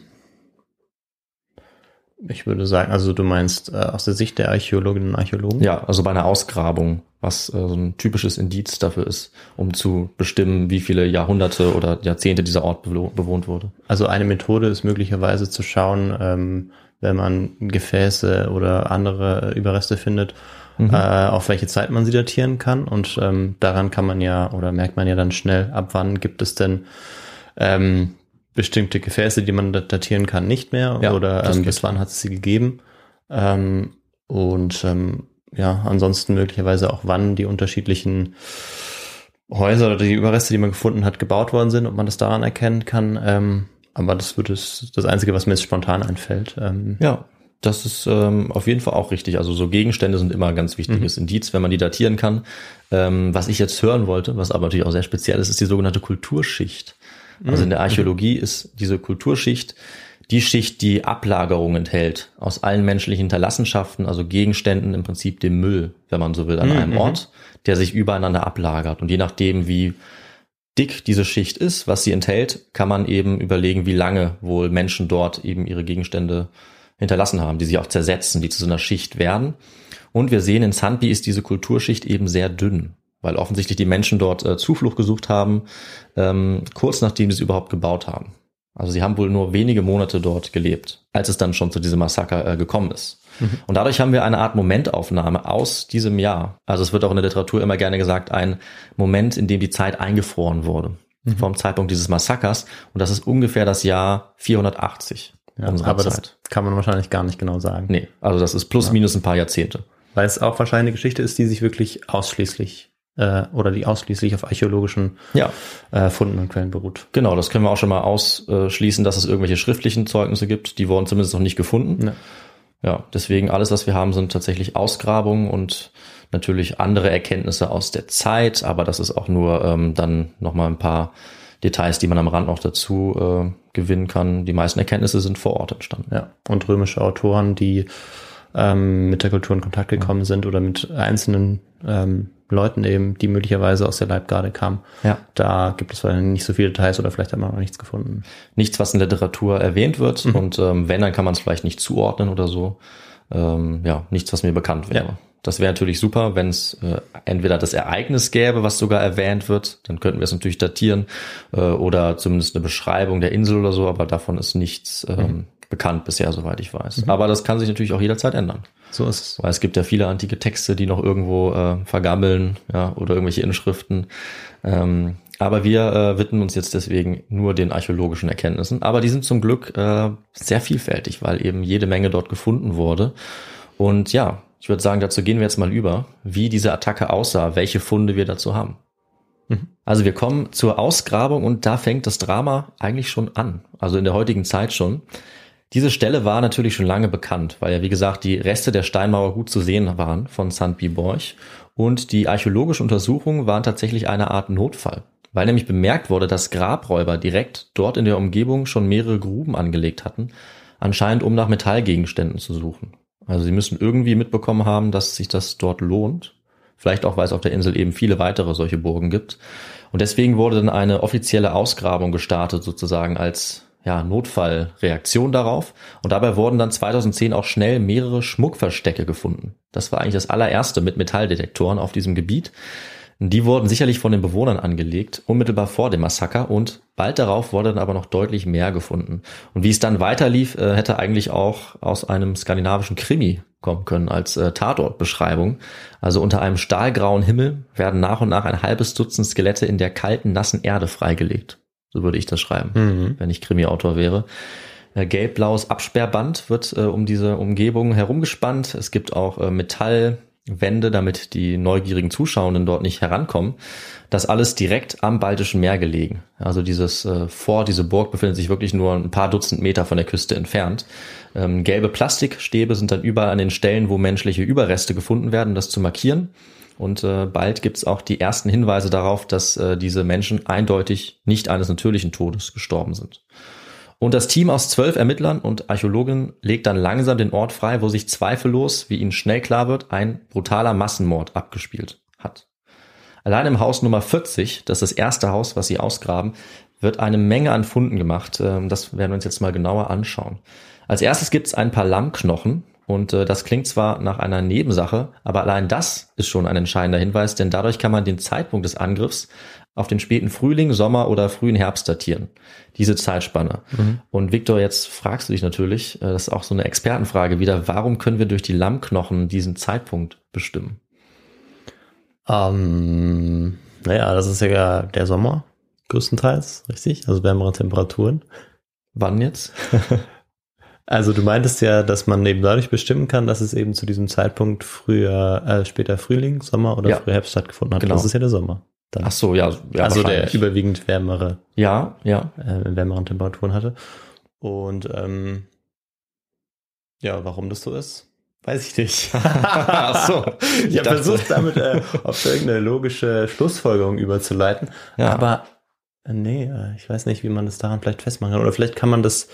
ich würde sagen, also du meinst äh, aus der Sicht der Archäologinnen und Archäologen? Ja, also bei einer Ausgrabung, was äh, so ein typisches Indiz dafür ist, um zu bestimmen, wie viele Jahrhunderte oder Jahrzehnte dieser Ort bewo- bewohnt wurde. Also eine Methode ist möglicherweise zu schauen, ähm, wenn man Gefäße oder andere Überreste findet, mhm. äh, auf welche Zeit man sie datieren kann. Und ähm, daran kann man ja, oder merkt man ja dann schnell, ab wann gibt es denn ähm, bestimmte Gefäße, die man datieren kann, nicht mehr. Ja, oder ähm, bis wann hat es sie gegeben. Ähm, und ähm, ja, ansonsten möglicherweise auch, wann die unterschiedlichen Häuser oder die Überreste, die man gefunden hat, gebaut worden sind, ob man das daran erkennen kann. Ähm, Aber das wird es, das Einzige, was mir jetzt spontan einfällt. Ähm. Ja, das ist ähm, auf jeden Fall auch richtig. Also so Gegenstände sind immer ein ganz wichtiges mhm. Indiz, wenn man die datieren kann. Ähm, was ich jetzt hören wollte, was aber natürlich auch sehr speziell ist, ist die sogenannte Kulturschicht. Also in der Archäologie mhm. ist diese Kulturschicht die Schicht, die Ablagerung enthält aus allen menschlichen Hinterlassenschaften, also Gegenständen, im Prinzip dem Müll, wenn man so will, an mhm. einem Ort, der sich übereinander ablagert. Und je nachdem, wie dick diese Schicht ist, was sie enthält, kann man eben überlegen, wie lange wohl Menschen dort eben ihre Gegenstände hinterlassen haben, die sich auch zersetzen, die zu so einer Schicht werden. Und wir sehen, in Sandby ist diese Kulturschicht eben sehr dünn, weil offensichtlich die Menschen dort äh, Zuflucht gesucht haben, ähm, kurz nachdem sie es überhaupt gebaut haben. Also sie haben wohl nur wenige Monate dort gelebt, als es dann schon zu diesem Massaker äh, gekommen ist. Mhm. Und dadurch haben wir eine Art Momentaufnahme aus diesem Jahr. Also es wird auch in der Literatur immer gerne gesagt, ein Moment, in dem die Zeit eingefroren wurde, mhm. vom Zeitpunkt dieses Massakers. Und das ist ungefähr das Jahr vierhundertachtzig. Ja, aber Zeit. Das kann man wahrscheinlich gar nicht genau sagen. Nee, also das ist plus ja. minus ein paar Jahrzehnte. Weil es auch wahrscheinlich eine Geschichte ist, die sich wirklich ausschließlich äh, oder die ausschließlich auf archäologischen ja. äh, Funden und Quellen beruht. Genau, das können wir auch schon mal ausschließen, dass es irgendwelche schriftlichen Zeugnisse gibt. Die wurden zumindest noch nicht gefunden. Ja. Ja, deswegen alles, was wir haben, sind tatsächlich Ausgrabungen und natürlich andere Erkenntnisse aus der Zeit, aber das ist auch nur ähm, dann nochmal ein paar Details, die man am Rand noch dazu äh, gewinnen kann. Die meisten Erkenntnisse sind vor Ort entstanden. Ja, und römische Autoren, die ähm, mit der Kultur in Kontakt gekommen sind oder mit einzelnen ähm, Leuten eben, die möglicherweise aus der Leibgarde kamen. Ja. Da gibt es nicht so viele Details oder vielleicht hat man noch nichts gefunden. Nichts, was in der Literatur erwähnt wird mhm. und ähm, wenn, dann kann man es vielleicht nicht zuordnen oder so. Ähm, ja, nichts, was mir bekannt wäre. Ja. Das wäre natürlich super, wenn es äh, entweder das Ereignis gäbe, was sogar erwähnt wird, dann könnten wir es natürlich datieren äh, oder zumindest eine Beschreibung der Insel oder so, aber davon ist nichts ähm, mhm. bekannt bisher, soweit ich weiß. Mhm. Aber das kann sich natürlich auch jederzeit ändern. So ist es. Weil es gibt ja viele antike Texte, die noch irgendwo äh, vergammeln, ja, oder irgendwelche Inschriften. Ähm, aber wir äh, widmen uns jetzt deswegen nur den archäologischen Erkenntnissen. Aber die sind zum Glück äh, sehr vielfältig, weil eben jede Menge dort gefunden wurde. Und ja, ich würde sagen, dazu gehen wir jetzt mal über, wie diese Attacke aussah, welche Funde wir dazu haben. Mhm. Also wir kommen zur Ausgrabung und da fängt das Drama eigentlich schon an. Also in der heutigen Zeit schon. Diese Stelle war natürlich schon lange bekannt, weil ja, wie gesagt, die Reste der Steinmauer gut zu sehen waren von Sandby-Borch. Und die archäologischen Untersuchungen waren tatsächlich eine Art Notfall, weil nämlich bemerkt wurde, dass Grabräuber direkt dort in der Umgebung schon mehrere Gruben angelegt hatten, anscheinend um nach Metallgegenständen zu suchen. Also sie müssen irgendwie mitbekommen haben, dass sich das dort lohnt. Vielleicht auch, weil es auf der Insel eben viele weitere solche Burgen gibt. Und deswegen wurde dann eine offizielle Ausgrabung gestartet, sozusagen als ja, Notfallreaktion darauf. Und dabei wurden dann zweitausendzehn auch schnell mehrere Schmuckverstecke gefunden. Das war eigentlich das allererste mit Metalldetektoren auf diesem Gebiet. Die wurden sicherlich von den Bewohnern angelegt, unmittelbar vor dem Massaker, und bald darauf wurde dann aber noch deutlich mehr gefunden. Und wie es dann weiterlief, äh, hätte eigentlich auch aus einem skandinavischen Krimi kommen können als äh, Tatortbeschreibung. Also unter einem stahlgrauen Himmel werden nach und nach ein halbes Dutzend Skelette in der kalten, nassen Erde freigelegt. So würde ich das schreiben, mhm. wenn ich Krimi-Autor wäre. Äh, gelb-blaues Absperrband wird äh, um diese Umgebung herumgespannt. Es gibt auch äh, Metall Wände, damit die neugierigen Zuschauenden dort nicht herankommen. Das alles direkt am Baltischen Meer gelegen. Also dieses äh, Fort, diese Burg befindet sich wirklich nur ein paar Dutzend Meter von der Küste entfernt. Ähm, gelbe Plastikstäbe sind dann überall an den Stellen, wo menschliche Überreste gefunden werden, das zu markieren. Und äh, bald gibt es auch die ersten Hinweise darauf, dass äh, diese Menschen eindeutig nicht eines natürlichen Todes gestorben sind. Und das Team aus zwölf Ermittlern und Archäologen legt dann langsam den Ort frei, wo sich zweifellos, wie ihnen schnell klar wird, ein brutaler Massenmord abgespielt hat. Allein im Haus Nummer vierzig, das ist das erste Haus, was sie ausgraben, wird eine Menge an Funden gemacht. Das werden wir uns jetzt mal genauer anschauen. Als erstes gibt es ein paar Lammknochen und das klingt zwar nach einer Nebensache, aber allein das ist schon ein entscheidender Hinweis, denn dadurch kann man den Zeitpunkt des Angriffs auf den späten Frühling, Sommer oder frühen Herbst datieren. Diese Zeitspanne. Mhm. Und Victor, jetzt fragst du dich natürlich, das ist auch so eine Expertenfrage wieder, warum können wir durch die Lammknochen diesen Zeitpunkt bestimmen? Ähm, naja, das ist ja der Sommer, größtenteils, richtig? Also wärmere Temperaturen. Wann jetzt? Also du meintest ja, dass man eben dadurch bestimmen kann, dass es eben zu diesem Zeitpunkt früher, äh, später Frühling, Sommer oder ja. früher Herbst stattgefunden hat. Genau. Das ist ja der Sommer. Dann. Ach so, ja. ja also der überwiegend wärmere, ja, ja, äh, wärmeren Temperaturen hatte. Und ähm, ja, warum das so ist, weiß ich nicht. Ach so. Ich, ich habe versucht, damit äh, auf irgendeine logische Schlussfolgerung überzuleiten. Ja. Aber äh, nee, äh, ich weiß nicht, wie man das daran vielleicht festmachen kann. Oder vielleicht kann man das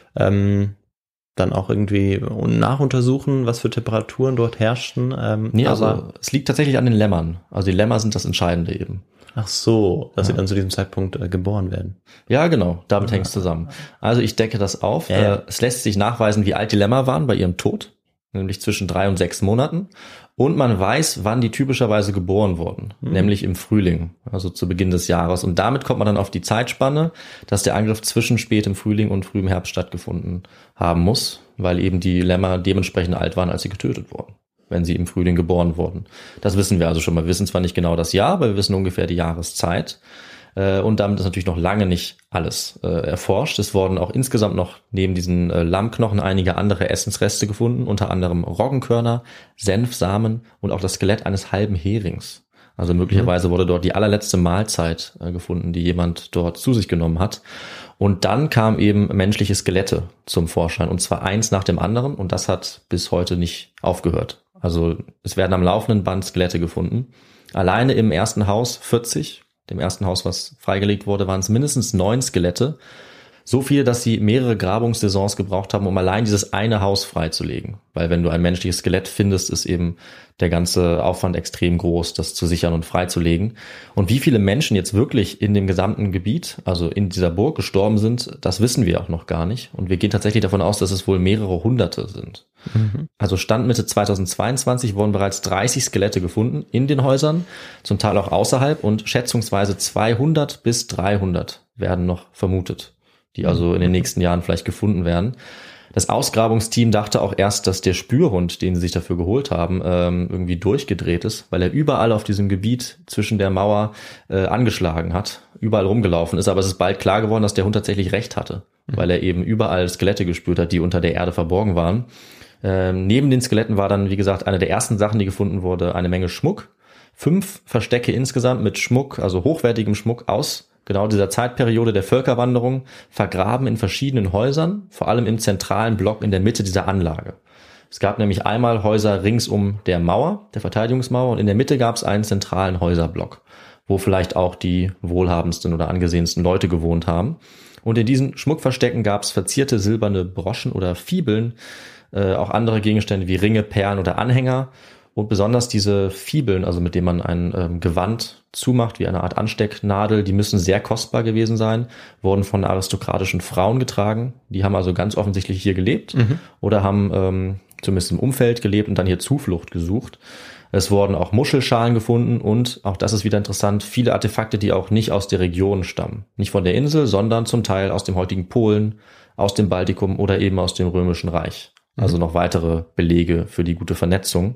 ähm, dann auch irgendwie nachuntersuchen, was für Temperaturen dort herrschten. Ähm, nee, also aber es liegt tatsächlich an den Lämmern. Also die Lämmer sind das Entscheidende eben. Ach so, dass ja. sie dann zu diesem Zeitpunkt äh, geboren werden. Ja, genau, damit ja. hängt es zusammen. Also ich decke das auf. Ja, ja. Äh, es lässt sich nachweisen, wie alt die Lämmer waren bei ihrem Tod, nämlich zwischen drei und sechs Monaten. Und man weiß, wann die typischerweise geboren wurden, mhm. nämlich im Frühling, also zu Beginn des Jahres. Und damit kommt man dann auf die Zeitspanne, dass der Angriff zwischen spätem Frühling und frühem Herbst stattgefunden haben muss, weil eben die Lämmer dementsprechend alt waren, als sie getötet wurden, wenn sie im Frühling geboren wurden. Das wissen wir also schon mal. Wir wissen zwar nicht genau das Jahr, aber wir wissen ungefähr die Jahreszeit. Und damit ist natürlich noch lange nicht alles äh, erforscht. Es wurden auch insgesamt noch neben diesen äh, Lammknochen einige andere Essensreste gefunden, unter anderem Roggenkörner, Senfsamen und auch das Skelett eines halben Herings. Also möglicherweise wurde dort die allerletzte Mahlzeit äh, gefunden, die jemand dort zu sich genommen hat. Und dann kamen eben menschliche Skelette zum Vorschein, und zwar eins nach dem anderen, und das hat bis heute nicht aufgehört. Also es werden am laufenden Band Skelette gefunden. Alleine im ersten Haus vierzig, dem ersten Haus, was freigelegt wurde, waren es mindestens neun Skelette. So viele, dass sie mehrere Grabungssaisons gebraucht haben, um allein dieses eine Haus freizulegen. Weil wenn du ein menschliches Skelett findest, ist eben der ganze Aufwand extrem groß, das zu sichern und freizulegen. Und wie viele Menschen jetzt wirklich in dem gesamten Gebiet, also in dieser Burg, gestorben sind, das wissen wir auch noch gar nicht. Und wir gehen tatsächlich davon aus, dass es wohl mehrere Hunderte sind. Mhm. Also Stand Mitte zweitausendzweiundzwanzig wurden bereits dreißig Skelette gefunden in den Häusern, zum Teil auch außerhalb, und schätzungsweise zweihundert bis dreihundert werden noch vermutet, die also in den nächsten Jahren vielleicht gefunden werden. Das Ausgrabungsteam dachte auch erst, dass der Spürhund, den sie sich dafür geholt haben, ähm, irgendwie durchgedreht ist, weil er überall auf diesem Gebiet zwischen der Mauer äh, angeschlagen hat, überall rumgelaufen ist. Aber es ist bald klar geworden, dass der Hund tatsächlich recht hatte, mhm. weil er eben überall Skelette gespürt hat, die unter der Erde verborgen waren. Ähm, neben den Skeletten war dann, wie gesagt, eine der ersten Sachen, die gefunden wurde, eine Menge Schmuck. Fünf Verstecke insgesamt mit Schmuck, also hochwertigem Schmuck aus genau dieser Zeitperiode der Völkerwanderung, vergraben in verschiedenen Häusern, vor allem im zentralen Block in der Mitte dieser Anlage. Es gab nämlich einmal Häuser rings um der Mauer, der Verteidigungsmauer, und in der Mitte gab es einen zentralen Häuserblock, wo vielleicht auch die wohlhabendsten oder angesehensten Leute gewohnt haben. Und in diesen Schmuckverstecken gab es verzierte silberne Broschen oder Fibeln, äh, auch andere Gegenstände wie Ringe, Perlen oder Anhänger. Und besonders diese Fibeln, also mit denen man ein ähm, Gewand zumacht, wie eine Art Anstecknadel, die müssen sehr kostbar gewesen sein, wurden von aristokratischen Frauen getragen. Die haben also ganz offensichtlich hier gelebt mhm. oder haben ähm, zumindest im Umfeld gelebt und dann hier Zuflucht gesucht. Es wurden auch Muschelschalen gefunden und, auch das ist wieder interessant, viele Artefakte, die auch nicht aus der Region stammen. Nicht von der Insel, sondern zum Teil aus dem heutigen Polen, aus dem Baltikum oder eben aus dem Römischen Reich. Also mhm. noch weitere Belege für die gute Vernetzung.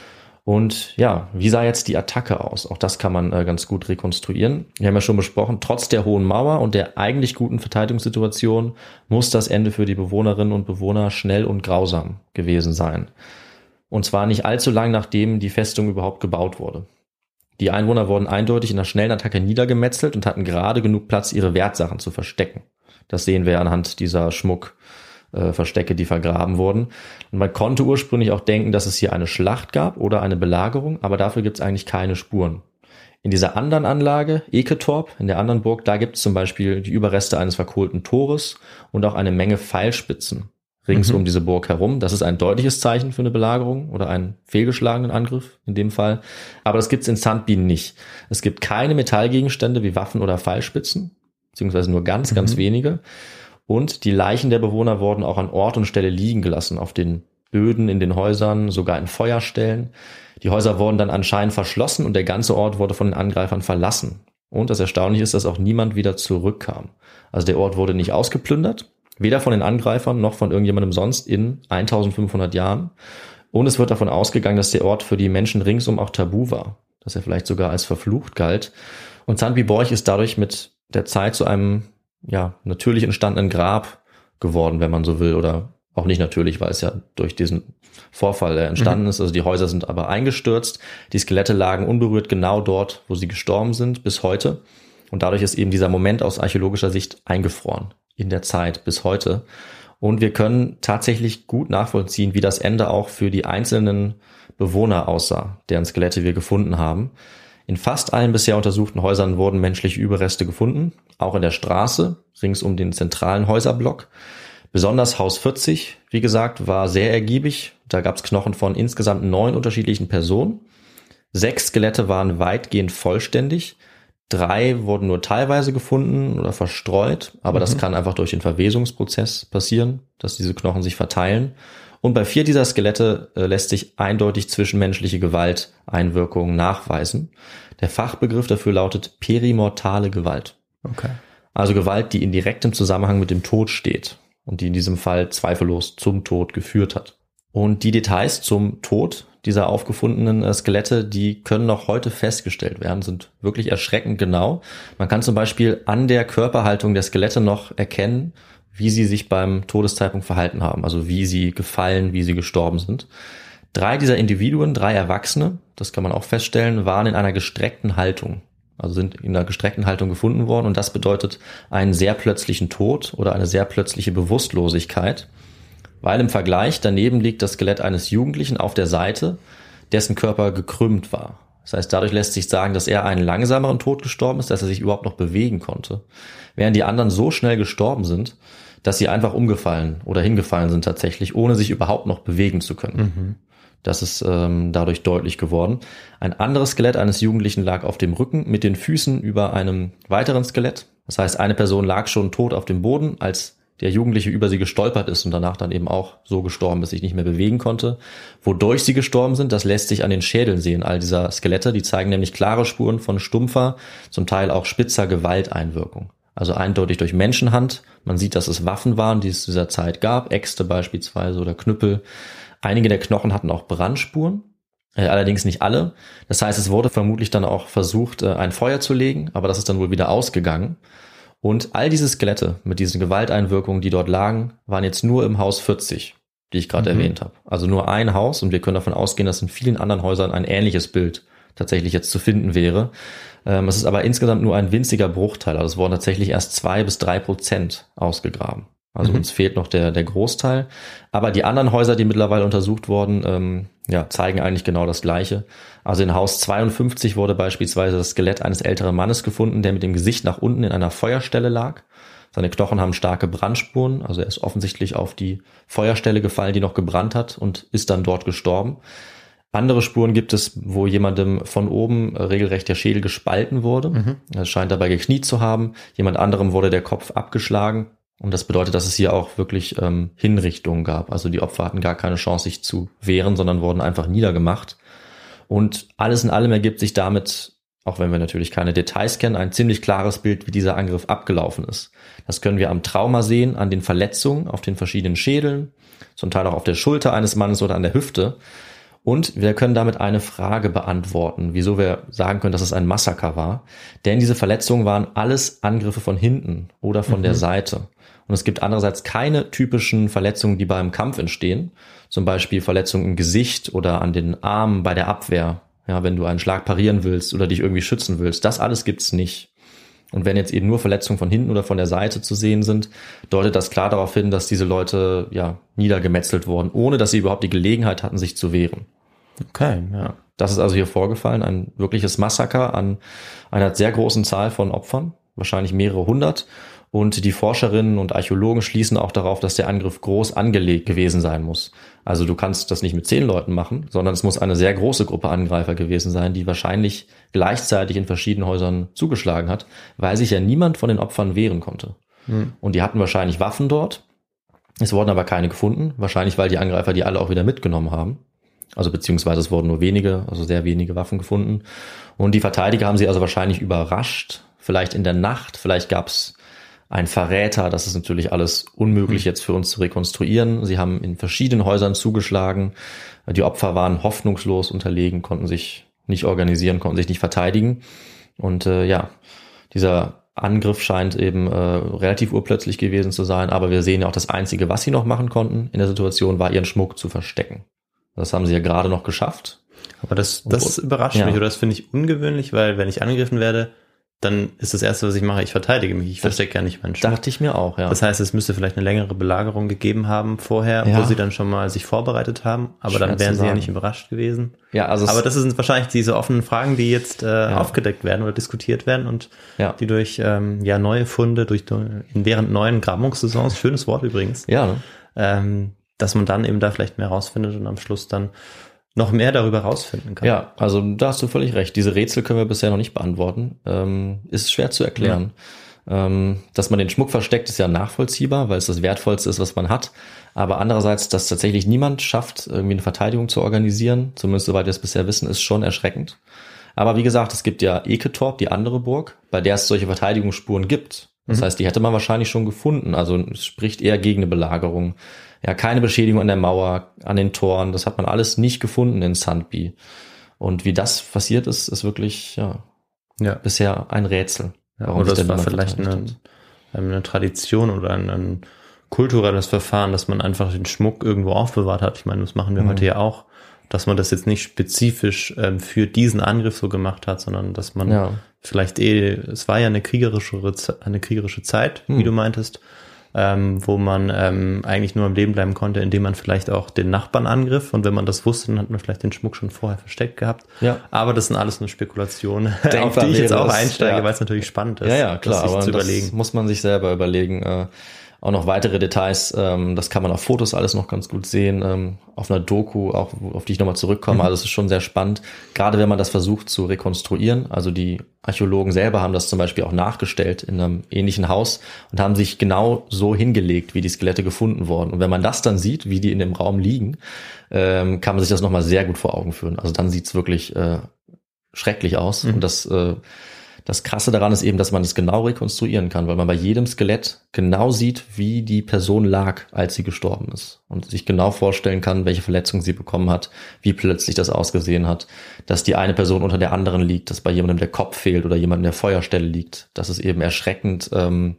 Und ja, wie sah jetzt die Attacke aus? Auch das kann man äh, ganz gut rekonstruieren. Wir haben ja schon besprochen, trotz der hohen Mauer und der eigentlich guten Verteidigungssituation muss das Ende für die Bewohnerinnen und Bewohner schnell und grausam gewesen sein. Und zwar nicht allzu lang, nachdem die Festung überhaupt gebaut wurde. Die Einwohner wurden eindeutig in einer schnellen Attacke niedergemetzelt und hatten gerade genug Platz, ihre Wertsachen zu verstecken. Das sehen wir anhand dieser Schmuckverstecke, äh, die vergraben wurden. Und man konnte ursprünglich auch denken, dass es hier eine Schlacht gab oder eine Belagerung, aber dafür gibt es eigentlich keine Spuren. In dieser anderen Anlage, Eketorp, in der anderen Burg, da gibt es zum Beispiel die Überreste eines verkohlten Tores und auch eine Menge Pfeilspitzen rings mhm. um diese Burg herum. Das ist ein deutliches Zeichen für eine Belagerung oder einen fehlgeschlagenen Angriff in dem Fall. Aber das gibt es in Sandby nicht. Es gibt keine Metallgegenstände wie Waffen oder Pfeilspitzen, beziehungsweise nur ganz, mhm. ganz wenige. Und die Leichen der Bewohner wurden auch an Ort und Stelle liegen gelassen, auf den Böden, in den Häusern, sogar in Feuerstellen. Die Häuser wurden dann anscheinend verschlossen und der ganze Ort wurde von den Angreifern verlassen. Und das Erstaunliche ist, dass auch niemand wieder zurückkam. Also der Ort wurde nicht ausgeplündert, weder von den Angreifern noch von irgendjemandem sonst in eintausendfünfhundert Jahren. Und es wird davon ausgegangen, dass der Ort für die Menschen ringsum auch tabu war, dass er vielleicht sogar als verflucht galt. Und Sandbyborg ist dadurch mit der Zeit zu einem ja natürlich entstandenen Grab geworden, wenn man so will, oder auch nicht natürlich, weil es ja durch diesen Vorfall entstanden mhm. ist. Also die Häuser sind aber eingestürzt. Die Skelette lagen unberührt genau dort, wo sie gestorben sind, bis heute. Und dadurch ist eben dieser Moment aus archäologischer Sicht eingefroren in der Zeit bis heute. Und wir können tatsächlich gut nachvollziehen, wie das Ende auch für die einzelnen Bewohner aussah, deren Skelette wir gefunden haben. In fast allen bisher untersuchten Häusern wurden menschliche Überreste gefunden, auch in der Straße, rings um den zentralen Häuserblock. Besonders Haus vierzig, wie gesagt, war sehr ergiebig. Da gab es Knochen von insgesamt neun unterschiedlichen Personen. Sechs Skelette waren weitgehend vollständig. Drei wurden nur teilweise gefunden oder verstreut. Aber mhm. das kann einfach durch den Verwesungsprozess passieren, dass diese Knochen sich verteilen. Und bei vier dieser Skelette äh, lässt sich eindeutig zwischenmenschliche Gewalteinwirkungen nachweisen. Der Fachbegriff dafür lautet perimortale Gewalt. Okay. Also Gewalt, die in direktem Zusammenhang mit dem Tod steht. Und die in diesem Fall zweifellos zum Tod geführt hat. Und die Details zum Tod dieser aufgefundenen Skelette, die können noch heute festgestellt werden, sind wirklich erschreckend genau. Man kann zum Beispiel an der Körperhaltung der Skelette noch erkennen, wie sie sich beim Todeszeitpunkt verhalten haben, also wie sie gefallen, wie sie gestorben sind. Drei dieser Individuen, drei Erwachsene, das kann man auch feststellen, waren in einer gestreckten Haltung. Also sind in einer gestreckten Haltung gefunden worden und das bedeutet einen sehr plötzlichen Tod oder eine sehr plötzliche Bewusstlosigkeit, weil im Vergleich daneben liegt das Skelett eines Jugendlichen auf der Seite, dessen Körper gekrümmt war. Das heißt, dadurch lässt sich sagen, dass er einen langsameren Tod gestorben ist, dass er sich überhaupt noch bewegen konnte, während die anderen so schnell gestorben sind, dass sie einfach umgefallen oder hingefallen sind tatsächlich, ohne sich überhaupt noch bewegen zu können. Mhm. Das ist ähm, dadurch deutlich geworden. Ein anderes Skelett eines Jugendlichen lag auf dem Rücken mit den Füßen über einem weiteren Skelett. Das heißt, eine Person lag schon tot auf dem Boden, als der Jugendliche über sie gestolpert ist und danach dann eben auch so gestorben, dass sich nicht mehr bewegen konnte. Wodurch sie gestorben sind, das lässt sich an den Schädeln sehen, all dieser Skelette. Die zeigen nämlich klare Spuren von stumpfer, zum Teil auch spitzer Gewalteinwirkung. Also eindeutig durch Menschenhand. Man sieht, dass es Waffen waren, die es zu dieser Zeit gab, Äxte beispielsweise oder Knüppel. Einige der Knochen hatten auch Brandspuren, äh, allerdings nicht alle. Das heißt, es wurde vermutlich dann auch versucht, äh, ein Feuer zu legen, aber das ist dann wohl wieder ausgegangen. Und all diese Skelette mit diesen Gewalteinwirkungen, die dort lagen, waren jetzt nur im Haus vierzig, die ich gerade mhm. erwähnt habe. Also nur ein Haus und wir können davon ausgehen, dass in vielen anderen Häusern ein ähnliches Bild tatsächlich jetzt zu finden wäre. Ähm, es ist aber insgesamt nur ein winziger Bruchteil. Also es wurden tatsächlich erst zwei bis drei Prozent ausgegraben. Also mhm. uns fehlt noch der der Großteil. Aber die anderen Häuser, die mittlerweile untersucht wurden, ähm, ja, zeigen eigentlich genau das Gleiche. Also in Haus zweiundfünfzig wurde beispielsweise das Skelett eines älteren Mannes gefunden, der mit dem Gesicht nach unten in einer Feuerstelle lag. Seine Knochen haben starke Brandspuren, also er ist offensichtlich auf die Feuerstelle gefallen, die noch gebrannt hat und ist dann dort gestorben. Andere Spuren gibt es, wo jemandem von oben regelrecht der Schädel gespalten wurde. Mhm. Er scheint dabei gekniet zu haben. Jemand anderem wurde der Kopf abgeschlagen. Und das bedeutet, dass es hier auch wirklich ähm, Hinrichtungen gab. Also die Opfer hatten gar keine Chance, sich zu wehren, sondern wurden einfach niedergemacht. Und alles in allem ergibt sich damit, auch wenn wir natürlich keine Details kennen, ein ziemlich klares Bild, wie dieser Angriff abgelaufen ist. Das können wir am Trauma sehen, an den Verletzungen auf den verschiedenen Schädeln, zum Teil auch auf der Schulter eines Mannes oder an der Hüfte. Und wir können damit eine Frage beantworten, wieso wir sagen können, dass es ein Massaker war. Denn diese Verletzungen waren alles Angriffe von hinten oder von mhm. der Seite. Und es gibt andererseits keine typischen Verletzungen, die beim Kampf entstehen. Zum Beispiel Verletzungen im Gesicht oder an den Armen bei der Abwehr. Ja, wenn du einen Schlag parieren willst oder dich irgendwie schützen willst. Das alles gibt's nicht. Und wenn jetzt eben nur Verletzungen von hinten oder von der Seite zu sehen sind, deutet das klar darauf hin, dass diese Leute ja niedergemetzelt wurden, ohne dass sie überhaupt die Gelegenheit hatten, sich zu wehren. Okay, ja. Das ist also hier vorgefallen, ein wirkliches Massaker an einer sehr großen Zahl von Opfern, wahrscheinlich mehrere hundert. Und die Forscherinnen und Archäologen schließen auch darauf, dass der Angriff groß angelegt gewesen sein muss. Also du kannst das nicht mit zehn Leuten machen, sondern es muss eine sehr große Gruppe Angreifer gewesen sein, die wahrscheinlich gleichzeitig in verschiedenen Häusern zugeschlagen hat, weil sich ja niemand von den Opfern wehren konnte. Hm. Und die hatten wahrscheinlich Waffen dort. Es wurden aber keine gefunden, wahrscheinlich weil die Angreifer die alle auch wieder mitgenommen haben. Also beziehungsweise es wurden nur wenige, also sehr wenige Waffen gefunden. Und die Verteidiger haben sie also wahrscheinlich überrascht, vielleicht in der Nacht, vielleicht gab es ein Verräter, das ist natürlich alles unmöglich jetzt für uns zu rekonstruieren. Sie haben in verschiedenen Häusern zugeschlagen. Die Opfer waren hoffnungslos unterlegen, konnten sich nicht organisieren, konnten sich nicht verteidigen. Und äh, ja, dieser Angriff scheint eben äh, relativ urplötzlich gewesen zu sein. Aber wir sehen ja auch, das Einzige, was sie noch machen konnten in der Situation, war ihren Schmuck zu verstecken. Das haben sie ja gerade noch geschafft. Aber das, das Und, überrascht ja. mich oder das finde ich ungewöhnlich, weil wenn ich angegriffen werde, dann ist das Erste, was ich mache, ich verteidige mich. Ich verstecke ja nicht meinen Schmuck. Dachte ich mir auch, ja. Das heißt, es müsste vielleicht eine längere Belagerung gegeben haben vorher, Ja. wo sie dann schon mal sich vorbereitet haben. Aber Schwer dann wären zu sie ja sagen. nicht überrascht gewesen. Ja, also Aber es, das sind wahrscheinlich diese offenen Fragen, die jetzt äh, Ja. aufgedeckt werden oder diskutiert werden und Ja. die durch ähm, ja neue Funde, durch während neuen Grabungssaisons, schönes Wort übrigens, ja, ne? ähm, dass man dann eben da vielleicht mehr rausfindet und am Schluss dann noch mehr darüber rausfinden kann. Ja, also da hast du völlig recht. Diese Rätsel können wir bisher noch nicht beantworten. Ähm, ist schwer zu erklären. Ja. Ähm, dass man den Schmuck versteckt, ist ja nachvollziehbar, weil es das Wertvollste ist, was man hat. Aber andererseits, dass tatsächlich niemand schafft, irgendwie eine Verteidigung zu organisieren, zumindest soweit wir es bisher wissen, ist schon erschreckend. Aber wie gesagt, es gibt ja Eketorp, die andere Burg, bei der es solche Verteidigungsspuren gibt. Das mhm. heißt, die hätte man wahrscheinlich schon gefunden. Also es spricht eher gegen eine Belagerung. Ja, keine Beschädigung an der Mauer, an den Toren, das hat man alles nicht gefunden in Sandby. Und wie das passiert ist, ist wirklich ja, ja. bisher ein Rätsel. Ja, oder das war vielleicht eine, eine Tradition oder ein, ein kulturelles Verfahren, dass man einfach den Schmuck irgendwo aufbewahrt hat. Ich meine, das machen wir mhm. heute ja auch, dass man das jetzt nicht spezifisch ähm, für diesen Angriff so gemacht hat, sondern dass man ja. vielleicht eh, es war ja eine kriegerische, eine kriegerische Zeit, mhm. wie du meintest, Ähm, wo man ähm, eigentlich nur am Leben bleiben konnte, indem man vielleicht auch den Nachbarn angriff. Und wenn man das wusste, dann hat man vielleicht den Schmuck schon vorher versteckt gehabt. Ja. Aber das sind alles nur Spekulationen, auf die ich jetzt auch einsteige, ja. weil es natürlich spannend ist. Ja, ja, klar, das aber zu das überlegen. muss man sich selber überlegen. Äh, auch noch weitere Details, ähm, das kann man auf Fotos alles noch ganz gut sehen, ähm, auf einer Doku, auch auf die ich nochmal zurückkomme. Mhm. Also es ist schon sehr spannend, gerade wenn man das versucht zu rekonstruieren. Also die Archäologen selber haben das zum Beispiel auch nachgestellt in einem ähnlichen Haus und haben sich genau so hingelegt, wie die Skelette gefunden wurden. Und wenn man das dann sieht, wie die in dem Raum liegen, ähm, kann man sich das nochmal sehr gut vor Augen führen. Also dann sieht's wirklich äh, schrecklich aus. Mhm. Und das äh, Das Krasse daran ist eben, dass man es genau rekonstruieren kann, weil man bei jedem Skelett genau sieht, wie die Person lag, als sie gestorben ist. Und sich genau vorstellen kann, welche Verletzungen sie bekommen hat, wie plötzlich das ausgesehen hat, dass die eine Person unter der anderen liegt, dass bei jemandem der Kopf fehlt oder jemand in der Feuerstelle liegt. Das ist eben erschreckend ähm,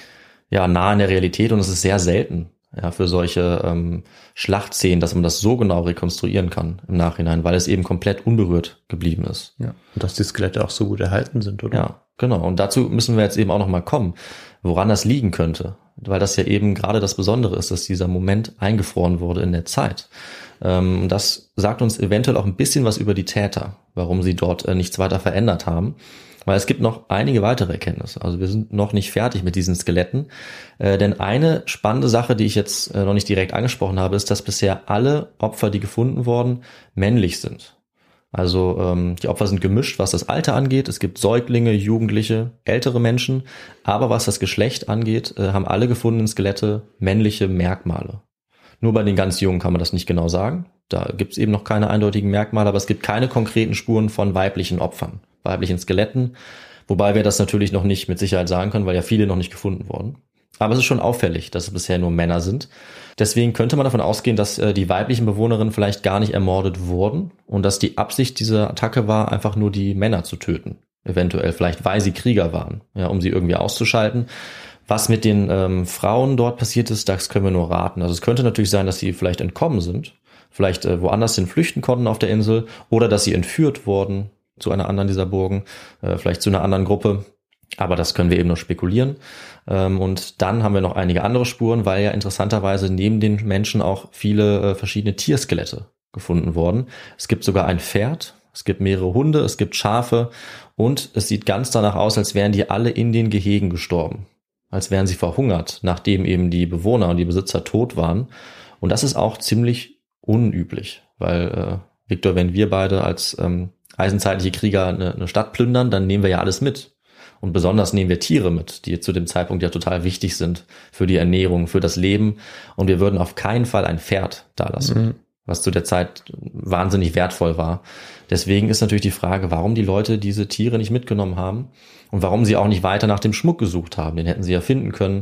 ja nah in der Realität und es ist sehr selten. Ja, für solche ähm, Schlachtszenen, dass man das so genau rekonstruieren kann im Nachhinein, weil es eben komplett unberührt geblieben ist. Ja. Und dass die Skelette auch so gut erhalten sind, oder? Ja, genau. Und dazu müssen wir jetzt eben auch noch mal kommen, woran das liegen könnte. Weil das ja eben gerade das Besondere ist, dass dieser Moment eingefroren wurde in der Zeit. Ähm, das sagt uns eventuell auch ein bisschen was über die Täter, warum sie dort äh, nichts weiter verändert haben. Weil es gibt noch einige weitere Erkenntnisse. Also wir sind noch nicht fertig mit diesen Skeletten. Äh, denn eine spannende Sache, die ich jetzt äh, noch nicht direkt angesprochen habe, ist, dass bisher alle Opfer, die gefunden wurden, männlich sind. Also ähm, die Opfer sind gemischt, was das Alter angeht. Es gibt Säuglinge, Jugendliche, ältere Menschen. Aber was das Geschlecht angeht, äh, haben alle gefundenen Skelette männliche Merkmale. Nur bei den ganz Jungen kann man das nicht genau sagen. Da gibt es eben noch keine eindeutigen Merkmale, aber es gibt keine konkreten Spuren von weiblichen Opfern, weiblichen Skeletten, wobei wir das natürlich noch nicht mit Sicherheit sagen können, weil ja viele noch nicht gefunden wurden. Aber es ist schon auffällig, dass es bisher nur Männer sind. Deswegen könnte man davon ausgehen, dass äh, die weiblichen Bewohnerinnen vielleicht gar nicht ermordet wurden und dass die Absicht dieser Attacke war, einfach nur die Männer zu töten. Eventuell, vielleicht weil sie Krieger waren, ja, um sie irgendwie auszuschalten. Was mit den ähm, Frauen dort passiert ist, das können wir nur raten. Also es könnte natürlich sein, dass sie vielleicht entkommen sind, vielleicht äh, woanders hin flüchten konnten auf der Insel oder dass sie entführt wurden zu einer anderen dieser Burgen, äh, vielleicht zu einer anderen Gruppe. Aber das können wir eben nur spekulieren. Ähm, und dann haben wir noch einige andere Spuren, weil ja interessanterweise neben den Menschen auch viele äh, verschiedene Tierskelette gefunden wurden. Es gibt sogar ein Pferd, es gibt mehrere Hunde, es gibt Schafe und es sieht ganz danach aus, als wären die alle in den Gehegen gestorben. Als wären sie verhungert, nachdem eben die Bewohner und die Besitzer tot waren. Und das ist auch ziemlich unüblich, weil, äh, Victor, wenn wir beide als ähm, eisenzeitliche Krieger eine, eine Stadt plündern, dann nehmen wir ja alles mit. Und besonders nehmen wir Tiere mit, die zu dem Zeitpunkt ja total wichtig sind für die Ernährung, für das Leben. Und wir würden auf keinen Fall ein Pferd dalassen, mhm. was zu der Zeit wahnsinnig wertvoll war. Deswegen ist natürlich die Frage, warum die Leute diese Tiere nicht mitgenommen haben und warum sie auch nicht weiter nach dem Schmuck gesucht haben. Den hätten sie ja finden können.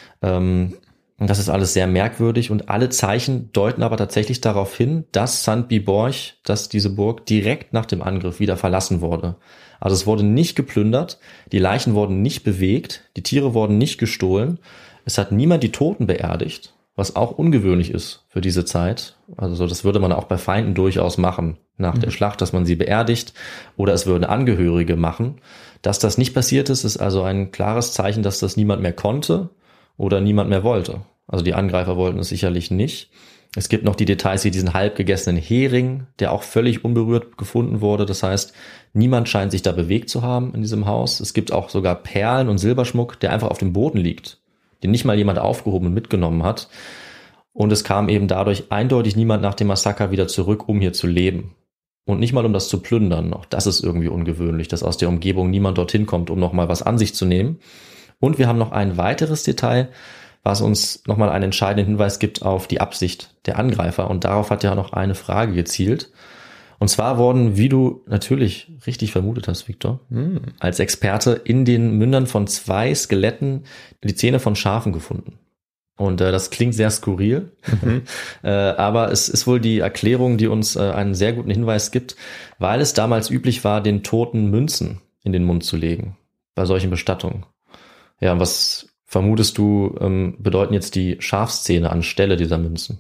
Und das ist alles sehr merkwürdig und alle Zeichen deuten aber tatsächlich darauf hin, dass Sankt Biborch, dass diese Burg direkt nach dem Angriff wieder verlassen wurde. Also es wurde nicht geplündert, die Leichen wurden nicht bewegt, die Tiere wurden nicht gestohlen, es hat niemand die Toten beerdigt, was auch ungewöhnlich ist für diese Zeit. Also das würde man auch bei Feinden durchaus machen, nach mhm. der Schlacht, dass man sie beerdigt oder es würden Angehörige machen. Dass das nicht passiert ist, ist also ein klares Zeichen, dass das niemand mehr konnte oder niemand mehr wollte. Also die Angreifer wollten es sicherlich nicht. Es gibt noch die Details wie diesen halb gegessenen Hering, der auch völlig unberührt gefunden wurde. Das heißt, niemand scheint sich da bewegt zu haben in diesem Haus. Es gibt auch sogar Perlen und Silberschmuck, der einfach auf dem Boden liegt, den nicht mal jemand aufgehoben und mitgenommen hat. Und es kam eben dadurch eindeutig niemand nach dem Massaker wieder zurück, um hier zu leben. Und nicht mal um das zu plündern. Auch das ist irgendwie ungewöhnlich, dass aus der Umgebung niemand dorthin kommt, um nochmal was an sich zu nehmen. Und wir haben noch ein weiteres Detail, was uns nochmal einen entscheidenden Hinweis gibt auf die Absicht der Angreifer. Und darauf hat ja noch eine Frage gezielt. Und zwar wurden, wie du natürlich richtig vermutet hast, Victor, hm. als Experte in den Mündern von zwei Skeletten die Zähne von Schafen gefunden. Und äh, das klingt sehr skurril, mhm. äh, aber es ist wohl die Erklärung, die uns äh, einen sehr guten Hinweis gibt, weil es damals üblich war, den Toten Münzen in den Mund zu legen bei solchen Bestattungen. Ja, und was vermutest du, ähm, bedeuten jetzt die Schafszähne anstelle dieser Münzen?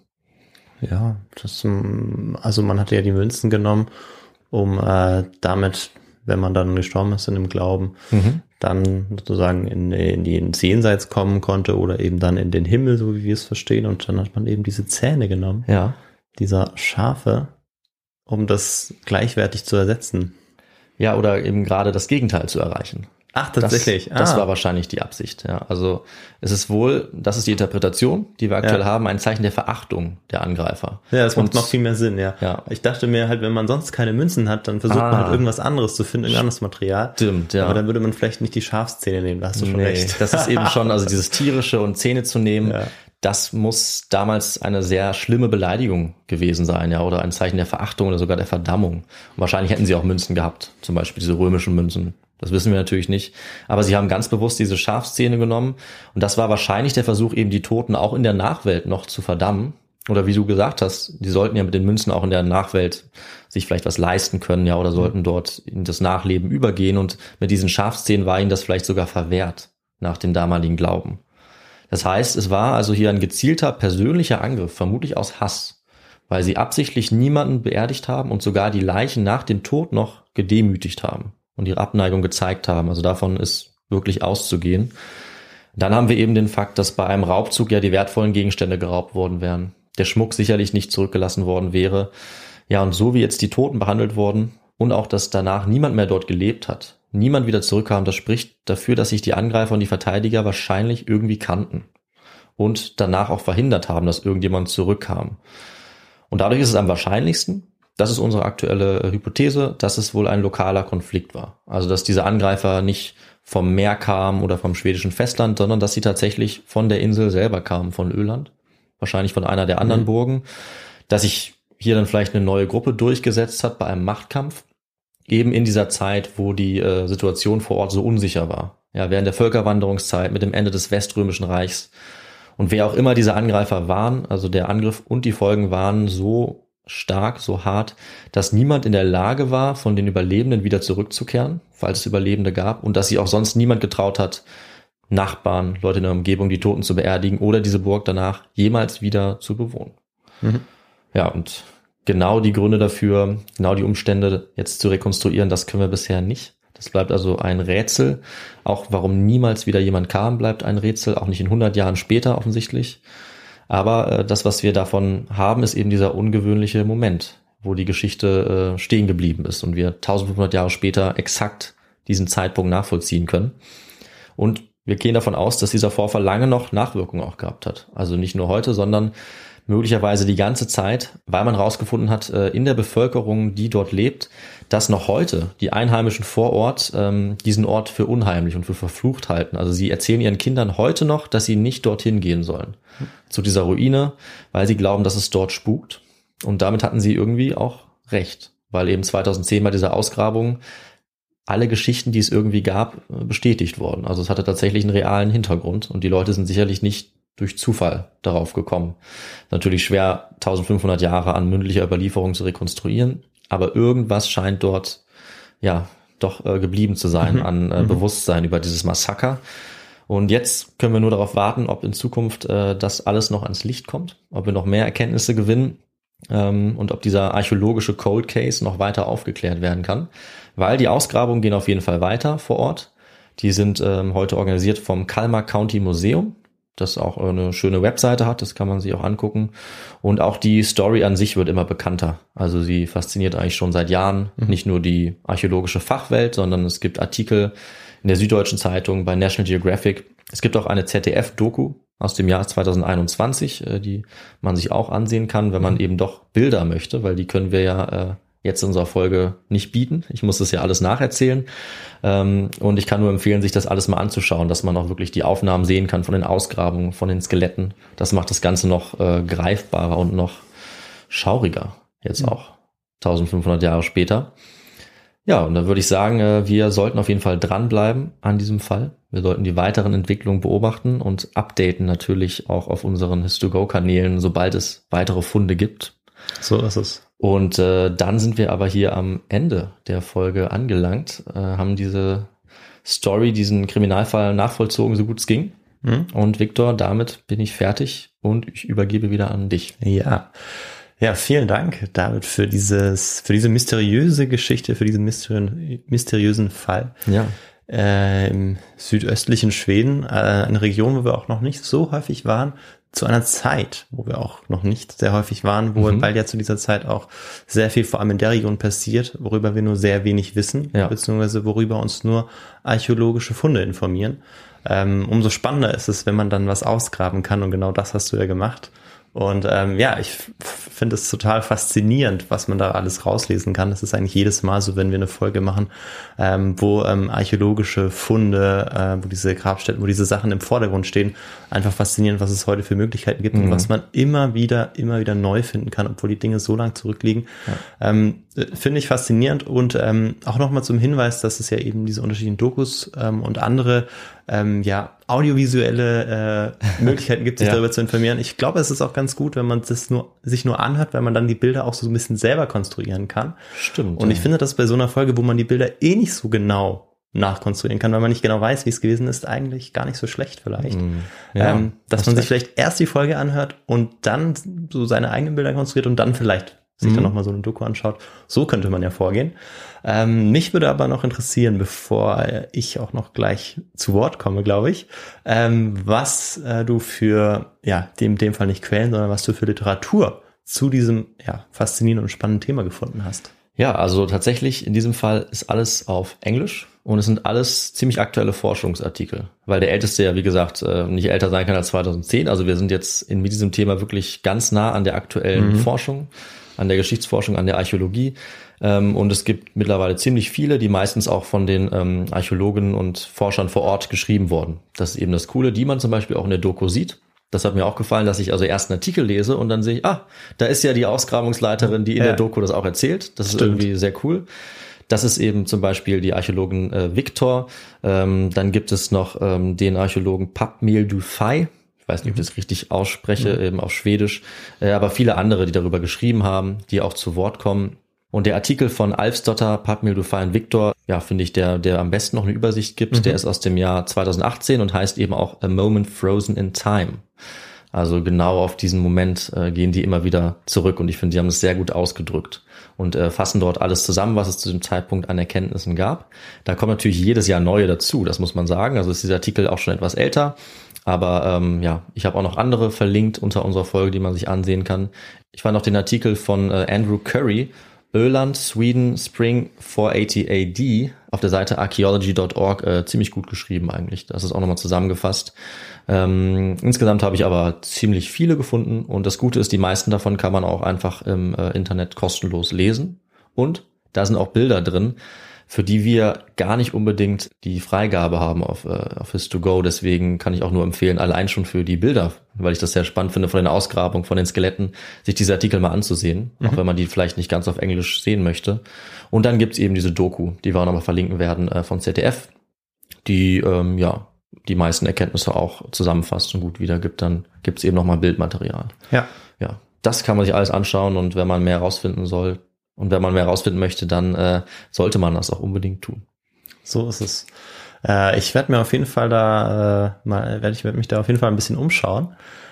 Ja, das, also man hatte ja die Münzen genommen, um äh, damit, wenn man dann gestorben ist in dem Glauben, mhm. dann sozusagen in, in die ins Jenseits kommen konnte oder eben dann in den Himmel, so wie wir es verstehen. Und dann hat man eben diese Zähne genommen, ja. dieser Schafe, um das gleichwertig zu ersetzen. Ja, oder eben gerade das Gegenteil zu erreichen. Ach, tatsächlich. Das, das ah. war wahrscheinlich die Absicht. Ja, also es ist wohl, das ist die Interpretation, die wir aktuell ja. haben, ein Zeichen der Verachtung der Angreifer. Ja, das macht noch viel mehr Sinn, ja. ja. Ich dachte mir halt, wenn man sonst keine Münzen hat, dann versucht ah. man halt irgendwas anderes zu finden, irgendein anderes Material. Stimmt, ja. Aber dann würde man vielleicht nicht die Schafszähne nehmen, da hast du schon nee, recht. Das ist eben schon, also dieses tierische und Zähne zu nehmen, ja. das muss damals eine sehr schlimme Beleidigung gewesen sein, ja, oder ein Zeichen der Verachtung oder sogar der Verdammung. Und wahrscheinlich hätten sie auch Münzen gehabt, zum Beispiel diese römischen Münzen. Das wissen wir natürlich nicht. Aber sie haben ganz bewusst diese Schafszähne genommen. Und das war wahrscheinlich der Versuch, eben die Toten auch in der Nachwelt noch zu verdammen. Oder wie du gesagt hast, die sollten ja mit den Münzen auch in der Nachwelt sich vielleicht was leisten können, ja, oder sollten dort in das Nachleben übergehen. Und mit diesen Schafszähnen war ihnen das vielleicht sogar verwehrt nach dem damaligen Glauben. Das heißt, es war also hier ein gezielter persönlicher Angriff, vermutlich aus Hass, weil sie absichtlich niemanden beerdigt haben und sogar die Leichen nach dem Tod noch gedemütigt haben und ihre Abneigung gezeigt haben. Also davon ist wirklich auszugehen. Dann haben wir eben den Fakt, dass bei einem Raubzug ja die wertvollen Gegenstände geraubt worden wären. Der Schmuck sicherlich nicht zurückgelassen worden wäre. Ja, und so wie jetzt die Toten behandelt wurden und auch, dass danach niemand mehr dort gelebt hat, niemand wieder zurückkam, das spricht dafür, dass sich die Angreifer und die Verteidiger wahrscheinlich irgendwie kannten und danach auch verhindert haben, dass irgendjemand zurückkam. Und dadurch ist es am wahrscheinlichsten, das ist unsere aktuelle Hypothese, dass es wohl ein lokaler Konflikt war. Also dass diese Angreifer nicht vom Meer kamen oder vom schwedischen Festland, sondern dass sie tatsächlich von der Insel selber kamen, von Öland, wahrscheinlich von einer der anderen mhm. Burgen, dass sich hier dann vielleicht eine neue Gruppe durchgesetzt hat bei einem Machtkampf eben in dieser Zeit, wo die äh, Situation vor Ort so unsicher war. Ja, während der Völkerwanderungszeit mit dem Ende des Weströmischen Reichs. Und wer auch immer diese Angreifer waren, also der Angriff und die Folgen waren so stark, so hart, dass niemand in der Lage war, von den Überlebenden wieder zurückzukehren, falls es Überlebende gab, und dass sich auch sonst niemand getraut hat, Nachbarn, Leute in der Umgebung, die Toten zu beerdigen oder diese Burg danach jemals wieder zu bewohnen. Mhm. Ja, und genau die Gründe dafür, genau die Umstände jetzt zu rekonstruieren, das können wir bisher nicht. Das bleibt also ein Rätsel. Auch warum niemals wieder jemand kam, bleibt ein Rätsel, auch nicht in hundert Jahren später offensichtlich. Aber äh, das, was wir davon haben, ist eben dieser ungewöhnliche Moment, wo die Geschichte äh, stehen geblieben ist und wir eintausendfünfhundert Jahre später exakt diesen Zeitpunkt nachvollziehen können. Und wir gehen davon aus, dass dieser Vorfall lange noch Nachwirkungen auch gehabt hat. Also nicht nur heute, sondern möglicherweise die ganze Zeit, weil man herausgefunden hat, in der Bevölkerung, die dort lebt, dass noch heute die Einheimischen vor Ort ähm, diesen Ort für unheimlich und für verflucht halten. Also sie erzählen ihren Kindern heute noch, dass sie nicht dorthin gehen sollen, zu dieser Ruine, weil sie glauben, dass es dort spukt. Und damit hatten sie irgendwie auch recht, weil eben zweitausendzehn bei dieser Ausgrabung alle Geschichten, die es irgendwie gab, bestätigt wurden. Also es hatte tatsächlich einen realen Hintergrund und die Leute sind sicherlich nicht durch Zufall darauf gekommen. Natürlich schwer, eintausendfünfhundert Jahre an mündlicher Überlieferung zu rekonstruieren, aber irgendwas scheint dort ja doch äh, geblieben zu sein mhm. an äh, mhm. Bewusstsein über dieses Massaker. Und jetzt können wir nur darauf warten, ob in Zukunft äh, das alles noch ans Licht kommt, ob wir noch mehr Erkenntnisse gewinnen ähm, und ob dieser archäologische Cold Case noch weiter aufgeklärt werden kann. Weil die Ausgrabungen gehen auf jeden Fall weiter vor Ort. Die sind ähm, heute organisiert vom Kalmar County Museum, das auch eine schöne Webseite hat, das kann man sich auch angucken. Und auch die Story an sich wird immer bekannter. Also sie fasziniert eigentlich schon seit Jahren mhm. nicht nur die archäologische Fachwelt, sondern es gibt Artikel in der Süddeutschen Zeitung, bei National Geographic. Es gibt auch eine Z D F-Doku aus dem Jahr zweitausendeinundzwanzig, die man sich auch ansehen kann, wenn man mhm. eben doch Bilder möchte, weil die können wir ja äh, jetzt in unserer Folge nicht bieten. Ich muss das ja alles nacherzählen. Ähm, und ich kann nur empfehlen, sich das alles mal anzuschauen, dass man auch wirklich die Aufnahmen sehen kann von den Ausgrabungen, von den Skeletten. Das macht das Ganze noch äh, greifbarer und noch schauriger. Jetzt mhm. auch eintausendfünfhundert Jahre später. Ja, und da würde ich sagen, äh, wir sollten auf jeden Fall dranbleiben an diesem Fall. Wir sollten die weiteren Entwicklungen beobachten und updaten natürlich auch auf unseren His to Go-Kanälen, sobald es weitere Funde gibt. So ist es. Und äh, dann sind wir aber hier am Ende der Folge angelangt, äh, haben diese Story, diesen Kriminalfall nachvollzogen, so gut es ging. Mhm. Und Viktor, damit bin ich fertig und ich übergebe wieder an dich. Ja, ja, vielen Dank, David, für dieses, für diese mysteriöse Geschichte, für diesen mysteri- mysteriösen Fall. Ja. Äh, im südöstlichen Schweden, äh, eine Region, wo wir auch noch nicht so häufig waren, zu einer Zeit, wo wir auch noch nicht sehr häufig waren, wo mhm. weil ja zu dieser Zeit auch sehr viel vor allem in der Region passiert, worüber wir nur sehr wenig wissen, ja. beziehungsweise worüber uns nur archäologische Funde informieren. Ähm, umso spannender ist es, wenn man dann was ausgraben kann, und genau das hast du ja gemacht. Und ähm, ja, ich f- finde es total faszinierend, was man da alles rauslesen kann. Das ist eigentlich jedes Mal so, wenn wir eine Folge machen, ähm, wo ähm, archäologische Funde, äh, wo diese Grabstätten, wo diese Sachen im Vordergrund stehen, einfach faszinierend, was es heute für Möglichkeiten gibt mhm. und was man immer wieder, immer wieder neu finden kann, obwohl die Dinge so lang zurückliegen. Ja. Ähm, finde ich faszinierend. Und ähm, auch nochmal zum Hinweis, dass es ja eben diese unterschiedlichen Dokus ähm, und andere ähm, ja audiovisuelle äh, Möglichkeiten gibt, sich ja. darüber zu informieren. Ich glaube, es ist auch ganz gut, wenn man das nur sich nur anhört, weil man dann die Bilder auch so ein bisschen selber konstruieren kann. Stimmt. Und ja. ich finde das bei so einer Folge, wo man die Bilder eh nicht so genau nachkonstruieren kann, weil man nicht genau weiß, wie es gewesen ist, eigentlich gar nicht so schlecht vielleicht. Mm, ja, ähm, dass man sich vielleicht erst die Folge anhört und dann so seine eigenen Bilder konstruiert und dann vielleicht sich mhm. dann nochmal so eine Doku anschaut. So könnte man ja vorgehen. Ähm, mich würde aber noch interessieren, bevor ich auch noch gleich zu Wort komme, glaube ich, ähm, was äh, du für, ja, in dem Fall nicht Quellen, sondern was du für Literatur zu diesem ja faszinierenden und spannenden Thema gefunden hast. Ja, also tatsächlich in diesem Fall ist alles auf Englisch und es sind alles ziemlich aktuelle Forschungsartikel, weil der älteste ja, wie gesagt, nicht älter sein kann als zweitausendzehn. Also wir sind jetzt in, mit diesem Thema wirklich ganz nah an der aktuellen mhm. Forschung, an der Geschichtsforschung, an der Archäologie. Und es gibt mittlerweile ziemlich viele, die meistens auch von den ähm, Archäologen und Forschern vor Ort geschrieben wurden. Das ist eben das Coole, die man zum Beispiel auch in der Doku sieht. Das hat mir auch gefallen, dass ich also erst einen Artikel lese und dann sehe ich, ah, da ist ja die Ausgrabungsleiterin, die in ja. der Doku das auch erzählt. Das Stimmt. ist irgendwie sehr cool. Das ist eben zum Beispiel die Archäologin äh, Victor. Ähm, dann gibt es noch ähm, den Archäologen Papmil Dufay. Ich weiß nicht, ob ich das richtig ausspreche, mhm. eben auf Schwedisch. Äh, aber viele andere, die darüber geschrieben haben, die auch zu Wort kommen. Und der Artikel von Alfsdotter, Papmil Dufay und Victor, ja, finde ich, der der am besten noch eine Übersicht gibt. Mhm. Der ist aus dem Jahr zweitausendachtzehn und heißt eben auch A Moment Frozen in Time. Also genau auf diesen Moment äh, gehen die immer wieder zurück und ich finde, die haben es sehr gut ausgedrückt und äh, fassen dort alles zusammen, was es zu dem Zeitpunkt an Erkenntnissen gab. Da kommen natürlich jedes Jahr neue dazu, das muss man sagen. Also ist dieser Artikel auch schon etwas älter, aber ähm, ja, ich habe auch noch andere verlinkt unter unserer Folge, die man sich ansehen kann. Ich fand auch den Artikel von äh, Andrew Curry, Öland, Sweden, Spring vierhundertachtzig A D auf der Seite archaeology dot org äh, ziemlich gut geschrieben eigentlich. Das ist auch nochmal zusammengefasst. Ähm, insgesamt habe ich aber ziemlich viele gefunden und das Gute ist, die meisten davon kann man auch einfach im äh, Internet kostenlos lesen und da sind auch Bilder drin, für die wir gar nicht unbedingt die Freigabe haben auf, äh, auf His to Go. Deswegen kann ich auch nur empfehlen, allein schon für die Bilder, weil ich das sehr spannend finde, von den Ausgrabungen, von den Skeletten, sich diese Artikel mal anzusehen, mhm. auch wenn man die vielleicht nicht ganz auf Englisch sehen möchte. Und dann gibt's eben diese Doku, die wir auch nochmal verlinken werden, äh, von Z D F, die ähm, ja die meisten Erkenntnisse auch zusammenfasst und gut wiedergibt. Dann gibt's eben nochmal Bildmaterial. Ja. Ja, das kann man sich alles anschauen und wenn man mehr rausfinden soll, und wenn man mehr rausfinden möchte, dann äh, sollte man das auch unbedingt tun. So ist es. Äh, ich werde mir auf jeden Fall da äh, mal, werde ich werd mich da auf jeden Fall ein bisschen umschauen.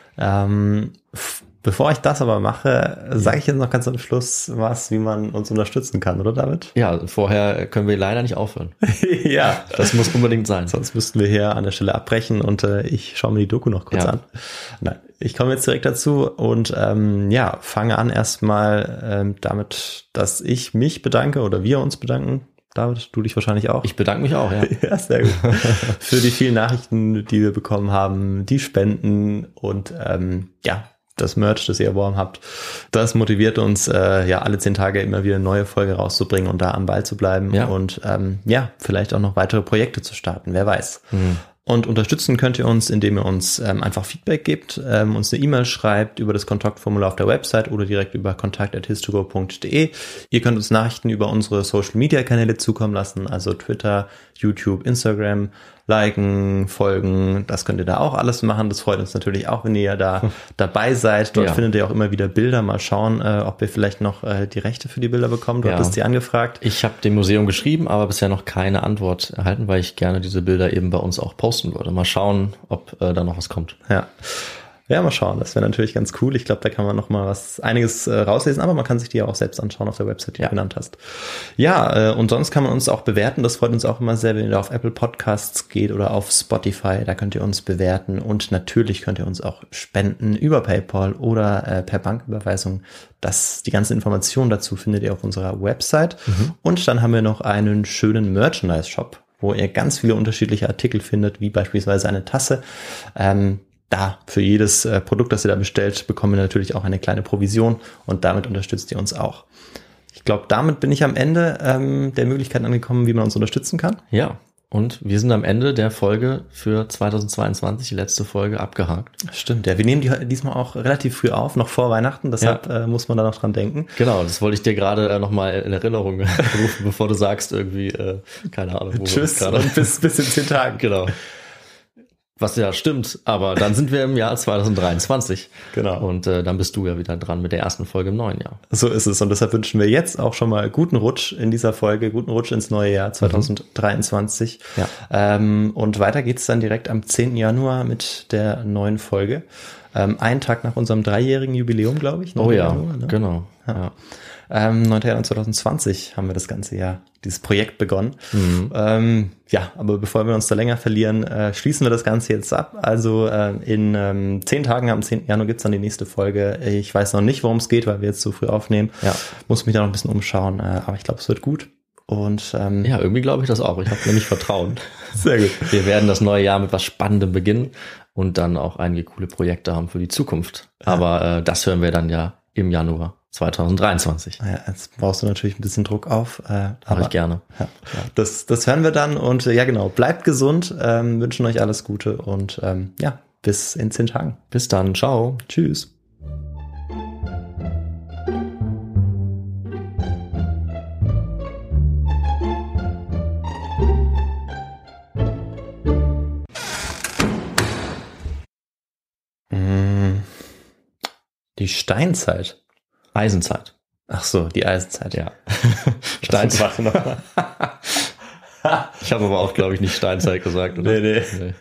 Ähm, f- bevor ich das aber mache, sage ich jetzt noch ganz am Schluss was, wie man uns unterstützen kann, oder David? Ja, vorher können wir leider nicht aufhören. Ja, das muss unbedingt sein. Sonst müssten wir hier an der Stelle abbrechen und äh, ich schaue mir die Doku noch kurz ja. an. Nein, ich komme jetzt direkt dazu und ähm, ja, fange an erstmal ähm, damit, dass ich mich bedanke oder wir uns bedanken. David, du dich wahrscheinlich auch. Ich bedanke mich auch, ja. Ja, sehr gut. Für die vielen Nachrichten, die wir bekommen haben, die Spenden und ähm, ja, das Merch, das ihr erworben habt. Das motiviert uns, äh, ja, alle zehn Tage immer wieder eine neue Folge rauszubringen und da am Ball zu bleiben ja. und ähm, ja, vielleicht auch noch weitere Projekte zu starten, wer weiß. Mhm. Und unterstützen könnt ihr uns, indem ihr uns ähm, einfach Feedback gebt, ähm, uns eine E-Mail schreibt über das Kontaktformular auf der Website oder direkt über kontakt at histogo punkt de. Ihr könnt uns Nachrichten über unsere Social-Media-Kanäle zukommen lassen, also Twitter, YouTube, Instagram, liken, folgen, das könnt ihr da auch alles machen. Das freut uns natürlich auch, wenn ihr da dabei seid. Dort ja. findet ihr auch immer wieder Bilder. Mal schauen, äh, ob ihr vielleicht noch äh, die Rechte für die Bilder bekommt. Du ja. hattest die angefragt. Ich habe dem Museum geschrieben, aber bisher noch keine Antwort erhalten, weil ich gerne diese Bilder eben bei uns auch posten würde. Mal schauen, ob äh, da noch was kommt. Ja. Ja, mal schauen. Das wäre natürlich ganz cool. Ich glaube, da kann man noch mal was, einiges äh, rauslesen, aber man kann sich die ja auch selbst anschauen auf der Website, die ja. du genannt hast. Ja, äh, und sonst kann man uns auch bewerten. Das freut uns auch immer sehr, wenn ihr da auf Apple Podcasts geht oder auf Spotify. Da könnt ihr uns bewerten und natürlich könnt ihr uns auch spenden über PayPal oder äh, per Banküberweisung. Das, die ganzen Informationen dazu findet ihr auf unserer Website. Mhm. Und dann haben wir noch einen schönen Merchandise-Shop, wo ihr ganz viele unterschiedliche Artikel findet, wie beispielsweise eine Tasse. Ähm, Da, für jedes äh, Produkt, das ihr da bestellt, bekommen wir natürlich auch eine kleine Provision und damit unterstützt ihr uns auch. Ich glaube, damit bin ich am Ende ähm, der Möglichkeiten angekommen, wie man uns unterstützen kann. Ja, und wir sind am Ende der Folge für zweitausendzweiundzwanzig, die letzte Folge, abgehakt. Stimmt, ja, wir nehmen die diesmal auch relativ früh auf, noch vor Weihnachten, deshalb ja. äh, muss man da noch dran denken. Genau, das wollte ich dir gerade äh, nochmal in Erinnerung rufen, bevor du sagst irgendwie, äh, keine Ahnung. Wo Tschüss wir und bis, bis in zehn Tagen. Genau. Was ja stimmt, aber dann sind wir im Jahr zweitausenddreiundzwanzig. Genau. Und äh, dann bist du ja wieder dran mit der ersten Folge im neuen Jahr. So ist es und deshalb wünschen wir jetzt auch schon mal guten Rutsch in dieser Folge, guten Rutsch ins neue Jahr zweitausenddreiundzwanzig. Mhm. Ja. Ähm, und weiter geht's dann direkt am zehnten Januar mit der neuen Folge. Ähm, einen Tag nach unserem dreijährigen Jubiläum, glaube ich. Oh ja, Januar, ne? genau. Ja. Ja. Ähm, neunten Januar zweitausendzwanzig haben wir das ganze Jahr, dieses Projekt begonnen. Mhm. Ähm, ja, aber bevor wir uns da länger verlieren, äh, schließen wir das Ganze jetzt ab. Also äh, in ähm, zehn Tagen, am zehnten Januar gibt's dann die nächste Folge. Ich weiß noch nicht, worum es geht, weil wir jetzt so früh aufnehmen. Ja. Muss mich da noch ein bisschen umschauen, äh, aber ich glaube, es wird gut. Und ähm, ja, irgendwie glaube ich das auch. Ich habe nämlich Vertrauen. Sehr gut. Wir werden das neue Jahr mit was Spannendem beginnen und dann auch einige coole Projekte haben für die Zukunft. Ja. Aber äh, das hören wir dann ja im Januar zweitausenddreiundzwanzig. Ja, jetzt baust du natürlich ein bisschen Druck auf. Äh, Mach ich gerne. Ja, das, das hören wir dann und äh, ja genau, bleibt gesund, ähm, wünschen euch alles Gute und ähm, ja, bis in zehn Tagen. Bis dann, ciao. Tschüss. Die Steinzeit. Eisenzeit. Ach so, die Eisenzeit. Ja. Steinzeit. Warte noch mal. Ich habe aber auch, glaube ich, nicht Steinzeit gesagt, oder? Nee, nee. nee.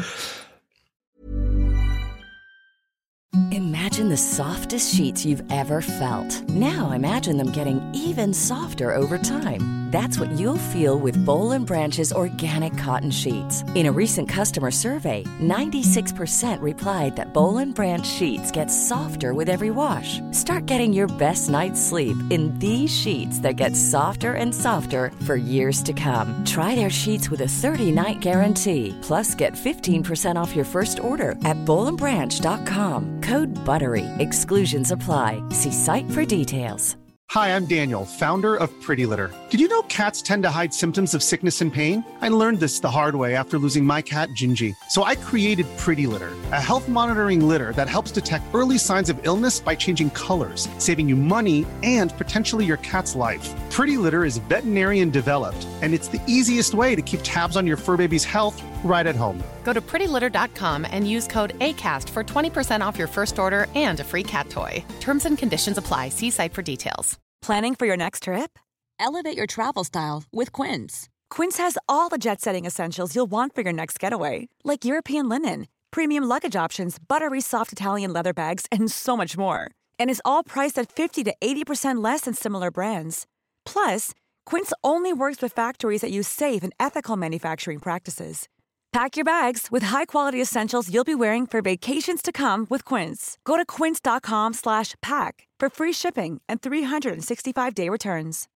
Imagine the softest sheets you've ever felt. Now imagine them getting even softer over time. That's what you'll feel with Boll and Branch's organic cotton sheets. In a recent customer survey, ninety-six percent replied that Boll and Branch sheets get softer with every wash. Start getting your best night's sleep in these sheets that get softer and softer for years to come. Try their sheets with a thirty-night guarantee. Plus, get fifteen percent off your first order at boll and branch dot com. Code BUTTERY. Exclusions apply. See site for details. Hi, I'm Daniel, founder of Pretty Litter. Did you know cats tend to hide symptoms of sickness and pain? I learned this the hard way after losing my cat, Gingy. So I created Pretty Litter, a health monitoring litter that helps detect early signs of illness by changing colors, saving you money and potentially your cat's life. Pretty Litter is veterinarian developed, and it's the easiest way to keep tabs on your fur baby's health right at home. Go to pretty litter dot com and use code ACAST for twenty percent off your first order and a free cat toy. Terms and conditions apply. See site for details. Planning for your next trip? Elevate your travel style with Quince. Quince has all the jet-setting essentials you'll want for your next getaway, like European linen, premium luggage options, buttery soft Italian leather bags, and so much more. And is all priced at fifty to eighty percent less than similar brands. Plus, Quince only works with factories that use safe and ethical manufacturing practices. Pack your bags with high-quality essentials you'll be wearing for vacations to come with Quince. Go to quince dot com slash pack for free shipping and three sixty-five day returns.